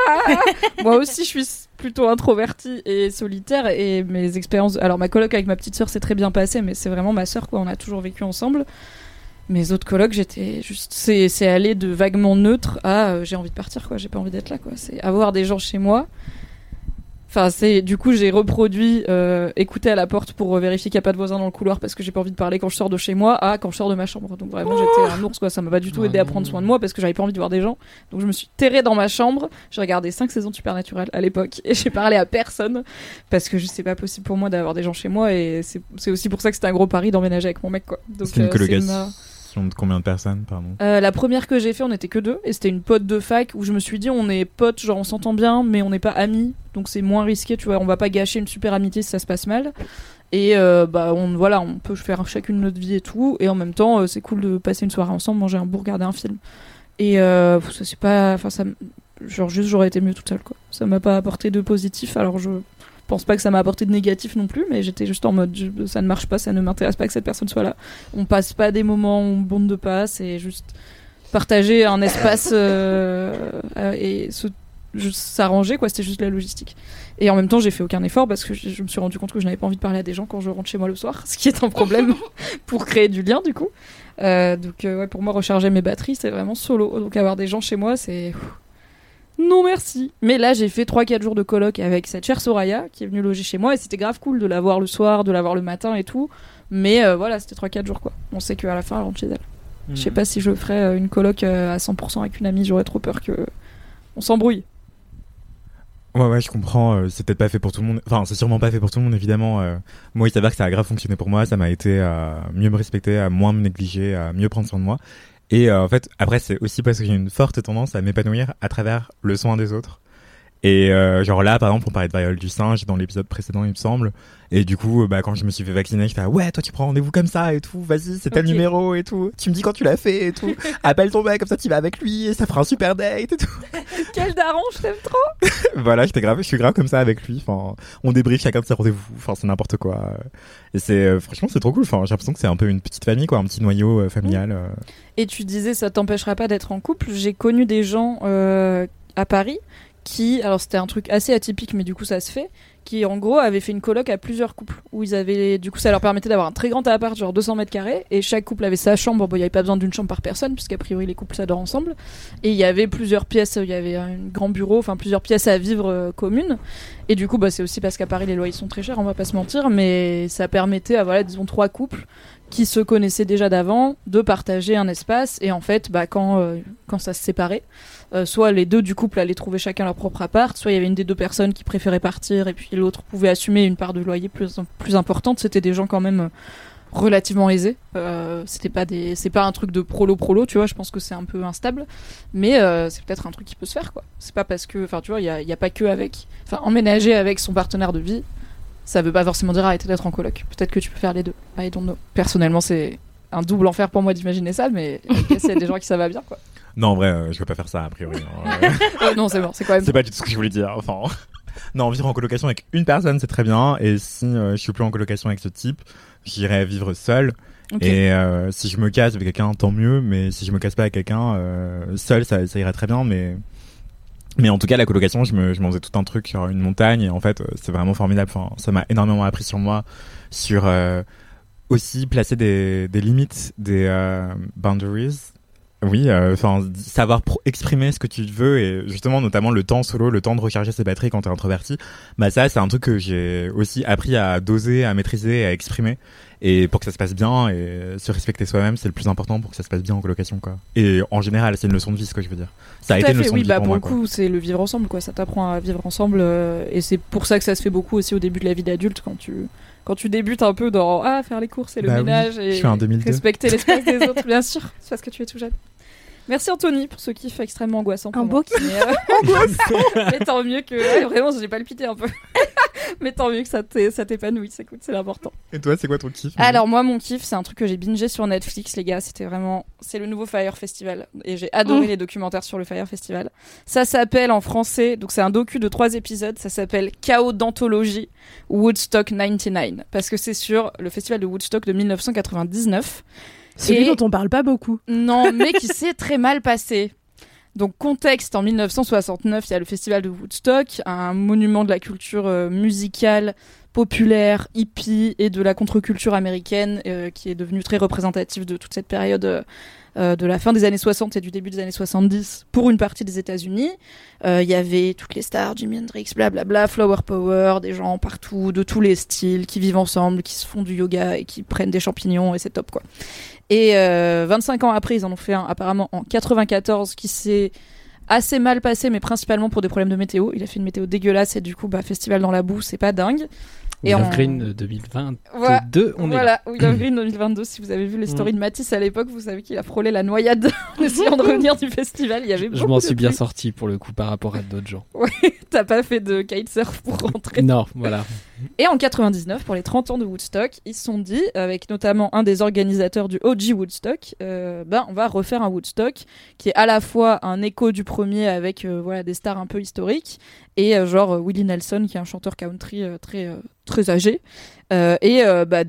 Moi aussi, je suis plutôt introvertie et solitaire. Et mes expériences. Alors, ma coloc avec ma petite sœur s'est très bien passée, mais c'est vraiment ma sœur, quoi. On a toujours vécu ensemble. Mes autres colocs, j'étais juste. C'est aller de vaguement neutre à j'ai envie de partir, quoi. J'ai pas envie d'être là, quoi. C'est avoir des gens chez moi. Enfin, du coup, j'ai reproduit écouter à la porte pour vérifier qu'il n'y a pas de voisins dans le couloir parce que j'ai pas envie de parler quand je sors de chez moi à quand je sors de ma chambre. Donc vraiment, j'étais un ours, quoi. Ça m'a pas du tout aidé à prendre soin de moi parce que j'avais pas envie de voir des gens. Donc je me suis terrée dans ma chambre. J'ai regardé 5 saisons de Supernatural à l'époque et j'ai parlé à personne parce que c'est pas possible pour moi d'avoir des gens chez moi et c'est aussi pour ça que c'était un gros pari d'emménager avec mon mec, quoi. Donc C'est une colocation de combien de personnes, pardon? La première que j'ai fait, on était que 2 et c'était une pote de fac où je me suis dit on est potes, genre on s'entend bien mais on n'est pas amis, donc c'est moins risqué, tu vois, on va pas gâcher une super amitié si ça se passe mal. Et on peut faire chacune notre vie et tout, et en même temps c'est cool de passer une soirée ensemble, manger un bout, regarder un film. Et ça c'est pas, enfin ça, genre juste j'aurais été mieux toute seule, quoi. Ça m'a pas apporté de positif, alors je pense pas que ça m'a apporté de négatif non plus, mais j'étais juste en mode ça ne marche pas, ça ne m'intéresse pas que cette personne soit là. On passe pas des moments où on bande de pas, c'est juste partager un espace et s'arranger, quoi. C'était juste la logistique. Et en même temps, j'ai fait aucun effort parce que je me suis rendu compte que je n'avais pas envie de parler à des gens quand je rentre chez moi le soir, ce qui est un problème pour créer du lien, du coup. Pour moi, recharger mes batteries, c'est vraiment solo. Donc avoir des gens chez moi, c'est... Non merci. Mais là j'ai fait 3-4 jours de coloc avec cette chère Soraya qui est venue loger chez moi et c'était grave cool de la voir le soir, de la voir le matin et tout. Mais voilà, c'était 3-4 jours quoi. On sait qu'à la fin elle rentre chez elle. Je sais pas si je ferais une coloc à 100% avec une amie, j'aurais trop peur que on s'embrouille. Ouais, je comprends. C'est peut-être pas fait pour tout le monde. Enfin, c'est sûrement pas fait pour tout le monde, évidemment. Moi, il s'avère que ça a grave fonctionné pour moi. Ça m'a aidé à mieux me respecter, à moins me négliger, à mieux prendre soin de moi. Et en fait, après, c'est aussi parce que j'ai une forte tendance à m'épanouir à travers le soin des autres. Et genre là, par exemple, on parlait de variole du singe dans l'épisode précédent, il me semble. Et du coup, quand je me suis fait vacciner, j'étais ouais, toi tu prends rendez-vous comme ça et tout, vas-y, c'est tel numéro et tout. Tu me dis quand tu l'as fait et tout. Appelle ton mec, comme ça tu vas avec lui et ça fera un super date et tout. Quel daron, je t'aime trop. Voilà, je suis grave comme ça avec lui. Enfin, on débriefe chacun de ses rendez-vous. Enfin, c'est n'importe quoi. Et c'est franchement, c'est trop cool. Enfin, j'ai l'impression que c'est un peu une petite famille, quoi, un petit noyau familial. Et tu disais, ça t'empêchera pas d'être en couple. J'ai connu des gens à Paris qui, alors c'était un truc assez atypique, mais du coup ça se fait, qui en gros avaient fait une coloc à plusieurs couples, où ils avaient, du coup ça leur permettait d'avoir un très grand appart, genre 200 mètres carrés, et chaque couple avait sa chambre. Bon, il n'y avait pas besoin d'une chambre par personne, puisqu'a priori les couples s'adorent ensemble, et il y avait plusieurs pièces, il y avait un grand bureau, enfin plusieurs pièces à vivre communes, et du coup c'est aussi parce qu'à Paris les loyers sont très chers, on va pas se mentir, mais ça permettait à, voilà, disons 3 couples qui se connaissaient déjà d'avant, de partager un espace, et en fait quand ça se séparait, soit les deux du couple allaient trouver chacun leur propre appart, soit il y avait une des deux personnes qui préférait partir et puis l'autre pouvait assumer une part de loyer plus importante. C'était des gens quand même relativement aisés. C'est pas un truc de prolo, tu vois, je pense que c'est un peu instable, mais c'est peut-être un truc qui peut se faire, quoi. C'est pas parce que, enfin tu vois, il y a pas que avec, enfin emménager avec son partenaire de vie, ça veut pas forcément dire arrêter d'être en coloc. Peut-être que tu peux faire les deux. I don't know. Personnellement, c'est un double enfer pour moi d'imaginer ça, mais il y a des gens qui ça va bien, quoi. Non, en vrai, je veux pas faire ça, a priori. Non, c'est bon, c'est quand même... C'est pas du tout ce que je voulais dire, enfin... Non, vivre en colocation avec une personne, c'est très bien, et si je suis plus en colocation avec ce type, j'irai vivre seul. Okay. Et si je me casse avec quelqu'un, tant mieux, mais si je me casse pas avec quelqu'un, seul, ça ira très bien, mais en tout cas, la colocation, je m'en faisais tout un truc sur une montagne, et en fait, c'est vraiment formidable. Enfin, ça m'a énormément appris sur moi, sur aussi placer des limites, des boundaries. Oui, savoir exprimer ce que tu veux, et justement, notamment le temps solo, le temps de recharger ses batteries quand t'es introverti. Ça, c'est un truc que j'ai aussi appris à doser, à maîtriser, à exprimer. Et pour que ça se passe bien, et se respecter soi-même, c'est le plus important pour que ça se passe bien en colocation, quoi. Et en général, c'est une leçon de vie, ce que je veux dire. Ça a été une leçon de vie pour moi, pour le coup, c'est le vivre ensemble, quoi. Ça t'apprend à vivre ensemble, et c'est pour ça que ça se fait beaucoup aussi au début de la vie d'adulte, quand tu débutes un peu dans faire les courses et le ménage, et respecter l'espace des autres, bien sûr, c'est parce que tu es tout jeune. Merci Anthony pour ce kiff extrêmement angoissant. Un beau kiff. Mais tant mieux que... vraiment, j'ai palpité un peu. Mais tant mieux que ça t'épanouisse, c'est cool, c'est l'important. Et toi, c'est quoi ton kiff? Alors moi, mon kiff, c'est un truc que j'ai bingé sur Netflix, les gars. C'est le nouveau Fire Festival. Et j'ai adoré les documentaires sur le Fire Festival. Ça s'appelle en français, donc c'est un docu de 3 épisodes, ça s'appelle Chaos d'anthologie Woodstock 99. Parce que c'est sur le festival de Woodstock de 1999. Celui dont on parle pas beaucoup. Non, mais qui s'est très mal passé. Donc, contexte, en 1969, il y a le festival de Woodstock, un monument de la culture musicale, populaire, hippie et de la contre-culture américaine, qui est devenu très représentatif de toute cette période de la fin des années 60 et du début des années 70 pour une partie des États-Unis. Il y avait toutes les stars, Jimi Hendrix, blablabla, Flower Power, des gens partout, de tous les styles, qui vivent ensemble, qui se font du yoga et qui prennent des champignons, et c'est top, quoi. Et 25 ans après, ils en ont fait un apparemment en 94 qui s'est assez mal passé, mais principalement pour des problèmes de météo. Il a fait une météo dégueulasse et du coup, festival dans la boue, c'est pas dingue. Will of Green 2022, on est là. Will of Green 2022, si vous avez vu les stories de Matisse à l'époque, vous savez qu'il a frôlé la noyade en essayant de revenir du festival. Il y avait Je m'en suis bien sorti pour le coup par rapport à d'autres gens. Ouais, t'as pas fait de kitesurf pour rentrer. Non, voilà. Et en 99, pour les 30 ans de Woodstock, ils se sont dit, avec notamment un des organisateurs du OG Woodstock, on va refaire un Woodstock qui est à la fois un écho du premier avec des stars un peu historiques, et Willie Nelson qui est un chanteur country très âgé, et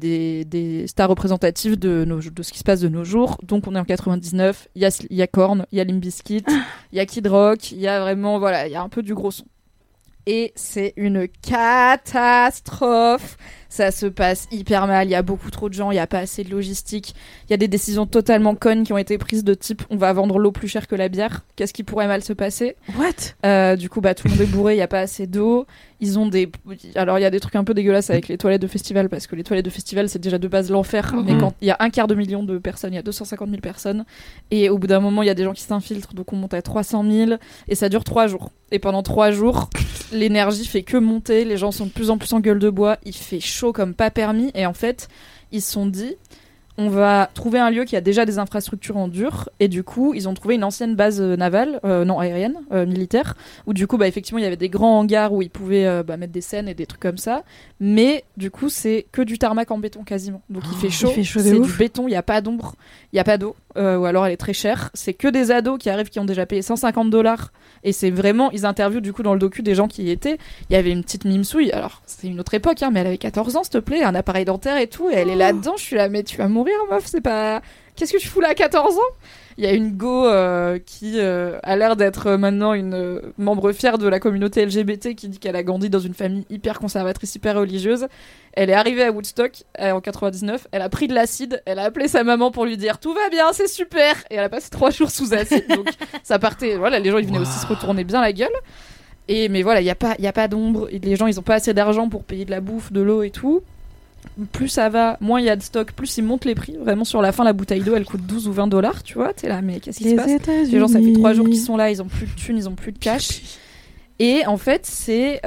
des stars représentatives de ce qui se passe de nos jours. Donc on est en 99, il y a Korn, il y a Limp Bizkit, il y a Kid Rock, il y a vraiment il y a un peu du gros son. Et c'est une catastrophe. Ça se passe hyper mal, il y a beaucoup trop de gens, il y a pas assez de logistique, il y a des décisions totalement connes qui ont été prises de type on va vendre l'eau plus cher que la bière. Qu'est-ce qui pourrait mal se passer? What? Du coup, tout le monde est bourré, il y a pas assez d'eau. Ils ont alors il y a des trucs un peu dégueulasses avec les toilettes de festival parce que les toilettes de festival c'est déjà de base l'enfer. Mais quand il y a 250 000 de personnes, il y a 250 000 personnes et au bout d'un moment il y a des gens qui s'infiltrent, donc on monte à 300 000 et ça dure 3 jours. Et pendant 3 jours, l'énergie fait que monter, les gens sont de plus en plus en gueule de bois, il fait chaud comme pas permis et en fait ils se sont dit on va trouver un lieu qui a déjà des infrastructures en dur et du coup ils ont trouvé une ancienne base navale, aérienne, militaire, où du coup effectivement il y avait des grands hangars où ils pouvaient mettre des scènes et des trucs comme ça, mais du coup c'est que du tarmac en béton quasiment, donc il fait chaud c'est du béton, il n'y a pas d'ombre, il n'y a pas d'eau, ou alors elle est très chère, c'est que des ados qui arrivent qui ont déjà payé $150 et c'est vraiment, ils interviewent du coup dans le docu des gens qui y étaient, il y avait une petite mimesouille, alors c'est une autre époque mais elle avait 14 ans s'il te plaît, un appareil dentaire et tout et elle est là-dedans, je suis là mais tu vas mourir meuf, c'est pas... Qu'est-ce que tu fous là à 14 ans? Il y a une go qui a l'air d'être maintenant une membre fière de la communauté LGBT qui dit qu'elle a grandi dans une famille hyper conservatrice, hyper religieuse. Elle est arrivée à Woodstock en 99, elle a pris de l'acide, elle a appelé sa maman pour lui dire tout va bien, c'est super, et elle a passé 3 jours sous acide, donc ça partait, voilà, les gens ils venaient aussi se retourner bien la gueule. Mais voilà, il y a pas d'ombre, et les gens ils ont pas assez d'argent pour payer de la bouffe, de l'eau et tout. Plus ça va, moins il y a de stock, plus ils montent les prix. Vraiment, sur la fin, la bouteille d'eau, elle coûte 12 ou $20, tu vois. T'es là, mais qu'est-ce qui se passe? Les gens, ça fait 3 jours qu'ils sont là, ils ont plus de thunes, ils ont plus de cash. Et en fait, c'est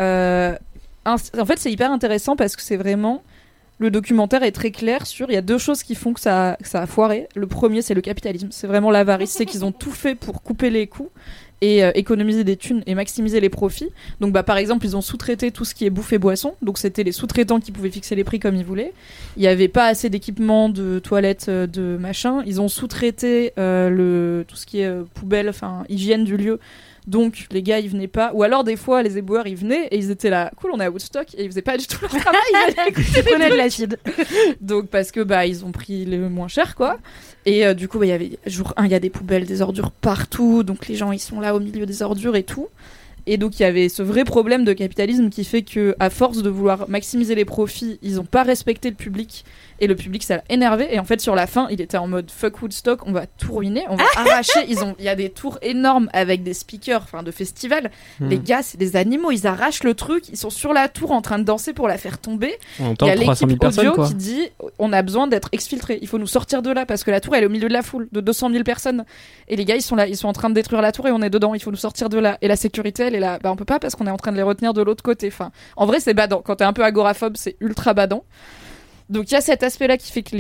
hyper intéressant parce que c'est vraiment... Le documentaire est très clair sur... Il y a 2 choses qui font que ça a foiré. Le premier, c'est le capitalisme. C'est vraiment l'avarice. C'est qu'ils ont tout fait pour couper les coûts et économiser des thunes et maximiser les profits. Donc par exemple, ils ont sous-traité tout ce qui est bouffe et boisson. Donc c'était les sous-traitants qui pouvaient fixer les prix comme ils voulaient. Il n'y avait pas assez d'équipements, de toilettes, de machin. Ils ont sous-traité tout ce qui est poubelle, enfin hygiène du lieu. Donc les gars ils venaient pas, ou alors des fois les éboueurs ils venaient et ils étataient là cool on est à Woodstock et ils faisaient pas du tout leur travail, ils prenaient de l'acide. Donc parce que ils ont pris le moins cher quoi. Et du coup il y avait jour 1 il y a des poubelles, des ordures partout, donc les gens ils sont là au milieu des ordures et tout. Et donc il y avait ce vrai problème de capitalisme qui fait que à force de vouloir maximiser les profits, ils ont pas respecté le public et le public ça l'a énervé et en fait sur la fin, il était en mode fuck Woodstock, on va tout ruiner, on va arracher, il y a des tours énormes avec des speakers de festival. Les gars, c'est des animaux, ils arrachent le truc, ils sont sur la tour en train de danser pour la faire tomber. Il y a l'équipe audio qui dit on a besoin d'être exfiltré, il faut nous sortir de là parce que la tour elle est au milieu de la foule de 200 000 personnes et les gars ils sont là, ils sont en train de détruire la tour et on est dedans, il faut nous sortir de là et la sécurité elle est là, on peut pas parce qu'on est en train de les retenir de l'autre côté. En vrai c'est badant, quand t'es un peu agoraphobe c'est ultra badant. Donc il y a cet aspect-là qui fait que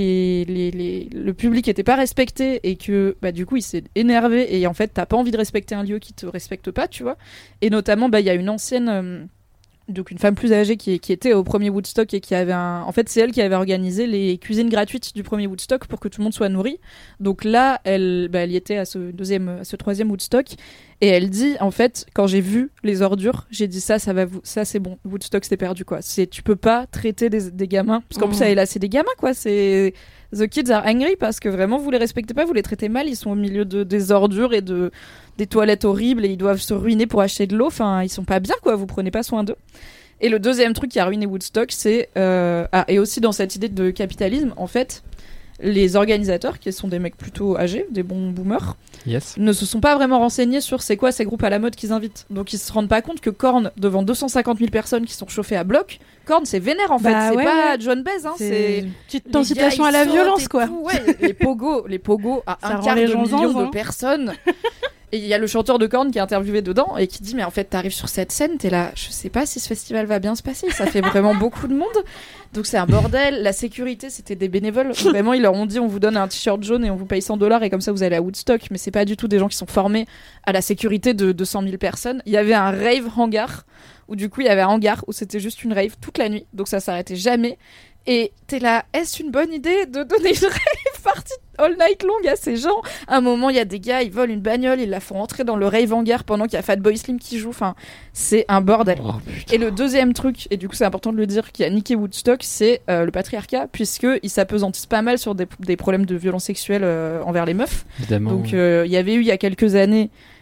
le public était pas respecté et que du coup il s'est énervé et en fait t'as pas envie de respecter un lieu qui te respecte pas, tu vois. Et notamment il y a une ancienne donc une femme plus âgée qui était au premier Woodstock et qui avait en fait c'est elle qui avait organisé les cuisines gratuites du premier Woodstock pour que tout le monde soit nourri. Donc là elle y était à ce troisième Woodstock et elle dit en fait quand j'ai vu les ordures j'ai dit ça c'est bon, Woodstock c'est perdu quoi. Tu peux pas traiter des gamins parce qu'en plus là c'est des gamins quoi, c'est the kids are angry parce que vraiment vous les respectez pas, vous les traitez mal, ils sont au milieu des ordures et des toilettes horribles et ils doivent se ruiner pour acheter de l'eau, ils sont pas bien quoi, vous prenez pas soin d'eux. Et le deuxième truc qui a ruiné Woodstock c'est et aussi dans cette idée de capitalisme en fait les organisateurs, qui sont des mecs plutôt âgés, des bons boomers, ne se sont pas vraiment renseignés sur c'est quoi ces groupes à la mode qu'ils invitent. Donc ils se rendent pas compte que Korn, devant 250 000 personnes qui sont chauffées à bloc, Korn c'est vénère en fait, c'est pas John Baez, c'est une petite incitation à la violence quoi. Les pogos à un quart de million de personnes. Et il y a le chanteur de Korn qui est interviewé dedans et qui dit mais en fait t'arrives sur cette scène, t'es là, je sais pas si ce festival va bien se passer, ça fait vraiment beaucoup de monde, donc c'est un bordel. La sécurité c'était des bénévoles, vraiment ils leur ont dit on vous donne un t-shirt jaune et on vous paye $100 et comme ça vous allez à Woodstock, mais c'est pas du tout des gens qui sont formés à la sécurité de 200 000 personnes. Il y avait un rave hangar où du coup il y avait un hangar où c'était juste une rave toute la nuit, donc ça s'arrêtait jamais. Et t'es là, est-ce une bonne idée de donner une rave party all night long à ces gens? À un moment, il y a des gars, ils volent une bagnole, ils la font entrer dans le rave hangar pendant qu'il y a Fatboy Slim qui joue. C'est un bordel. Et le deuxième truc, et du coup c'est important de le dire, qui a niqué Woodstock, c'est le patriarcat, puisqu'ils s'apesantissent pas mal sur des problèmes de violence sexuelle envers les meufs. Évidemment. Donc il y avait eu il y a quelques années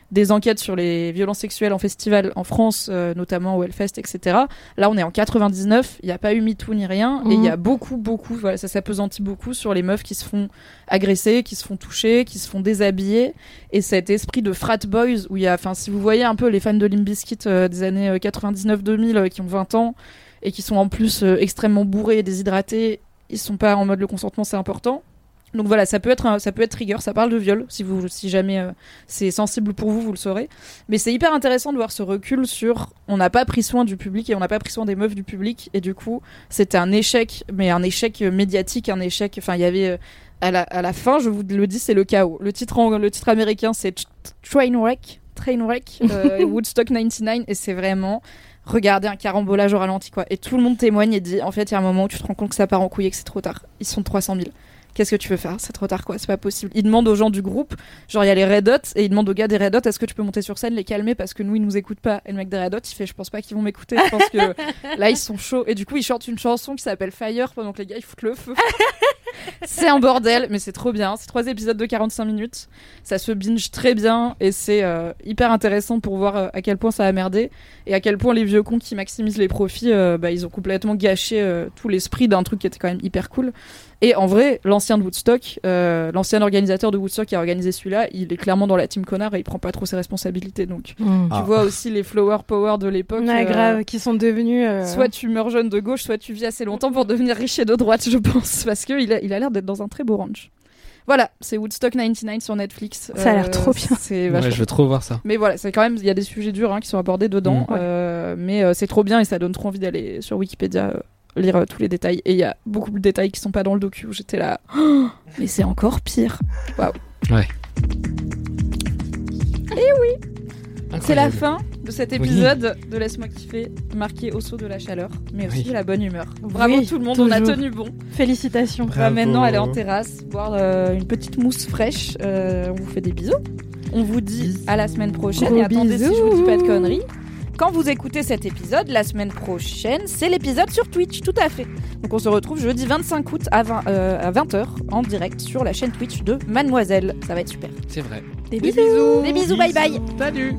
des enquêtes sur les violences sexuelles en festival en France, notamment au Hellfest, etc. Là, on est en 99, il n'y a pas eu MeToo ni rien, et il y a beaucoup, voilà, ça s'appesantit beaucoup sur les meufs qui se font agresser, qui se font toucher, qui se font déshabiller, et cet esprit de frat boys où il y a, enfin, si vous voyez un peu les fans de Limp Bizkit des années 99-2000 qui ont 20 ans et qui sont en plus extrêmement bourrés et déshydratés, ils sont pas en mode le consentement c'est important. Donc voilà, ça peut être trigger, ça parle de viol, si jamais c'est sensible pour vous, vous le saurez. Mais c'est hyper intéressant de voir ce recul sur on n'a pas pris soin du public et on n'a pas pris soin des meufs du public, et du coup c'était un échec, mais un échec médiatique, un échec, enfin il y avait à la fin, je vous le dis, c'est le chaos. Le titre américain c'est Trainwreck, Woodstock 99, et c'est vraiment regarder un carambolage au ralenti, quoi. Et tout le monde témoigne et dit, en fait, il y a un moment où tu te rends compte que ça part en couille et que c'est trop tard. Ils sont 300 000. Qu'est-ce que tu veux faire ? C'est trop tard, quoi. C'est pas possible. Ils demandent aux gens du groupe, genre il y a les Red Hot, et ils demandent aux gars des Red Hot, est-ce que tu peux monter sur scène, les calmer parce que nous ils nous écoutent pas. Et le mec des Red Hot il fait, je pense pas qu'ils vont m'écouter, je pense que là ils sont chauds. Et du coup ils chantent une chanson qui s'appelle Fire pendant que les gars ils foutent le feu. C'est un bordel, mais c'est trop bien. C'est 3 épisodes de 45 minutes. Ça se binge très bien et c'est hyper intéressant pour voir à quel point ça a merdé et à quel point les vieux cons qui maximisent les profits, ils ont complètement gâché tout l'esprit d'un truc qui était quand même hyper cool. Et en vrai, l'ancien de Woodstock, l'ancien organisateur de Woodstock qui a organisé celui-là, il est clairement dans la team connard et il prend pas trop ses responsabilités. Donc tu vois aussi les flower power de l'époque. Ouais, grave, qui sont devenus... Soit tu meurs jeune de gauche, soit tu vis assez longtemps pour devenir riche et de droite, je pense. Parce qu'il a l'air d'être dans un très beau ranch. Voilà, c'est Woodstock 99 sur Netflix. Ça a l'air trop bien. Ouais, je veux trop voir ça. Mais voilà, c'est quand même, il y a des sujets durs qui sont abordés dedans. Mais c'est trop bien et ça donne trop envie d'aller sur Wikipédia lire tous les détails. Et il y a beaucoup de détails qui sont pas dans le docu où j'étais là. Oh, mais c'est encore pire. Waouh. Ouais. Et oui. C'est la fin de cet épisode de Laisse-moi kiffer, marqué au saut de la chaleur, mais aussi de la bonne humeur. Bravo tout le monde, toujours. On a tenu bon. Félicitations. On va maintenant aller en terrasse, boire une petite mousse fraîche. On vous fait des bisous. On vous dit à la semaine prochaine. Gros et attendez, bisous. si je vous dis pas de conneries, quand vous écoutez cet épisode, la semaine prochaine, c'est l'épisode sur Twitch, tout à fait. Donc on se retrouve jeudi 25 août à 20h en direct sur la chaîne Twitch de Mademoiselle. Ça va être super. C'est vrai. Des bisous. Des bisous, bye bye. Salut.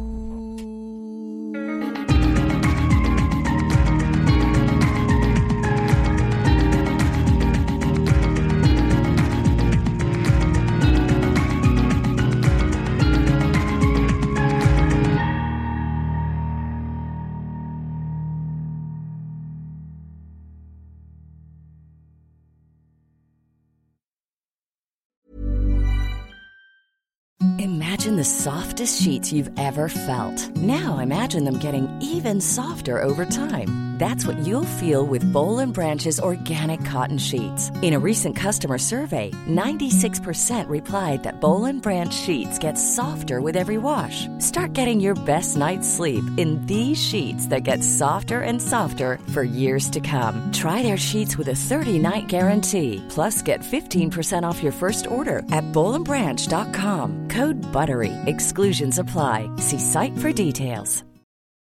Imagine the softest sheets you've ever felt. Now imagine them getting even softer over time. That's what you'll feel with Boll & Branch's organic cotton sheets. In a recent customer survey, 96% replied that Boll & Branch sheets get softer with every wash. Start getting your best night's sleep in these sheets that get softer and softer for years to come. Try their sheets with a 30-night guarantee. Plus, get 15% off your first order at bollandbranch.com. Code BUTTERY. Exclusions apply. See site for details.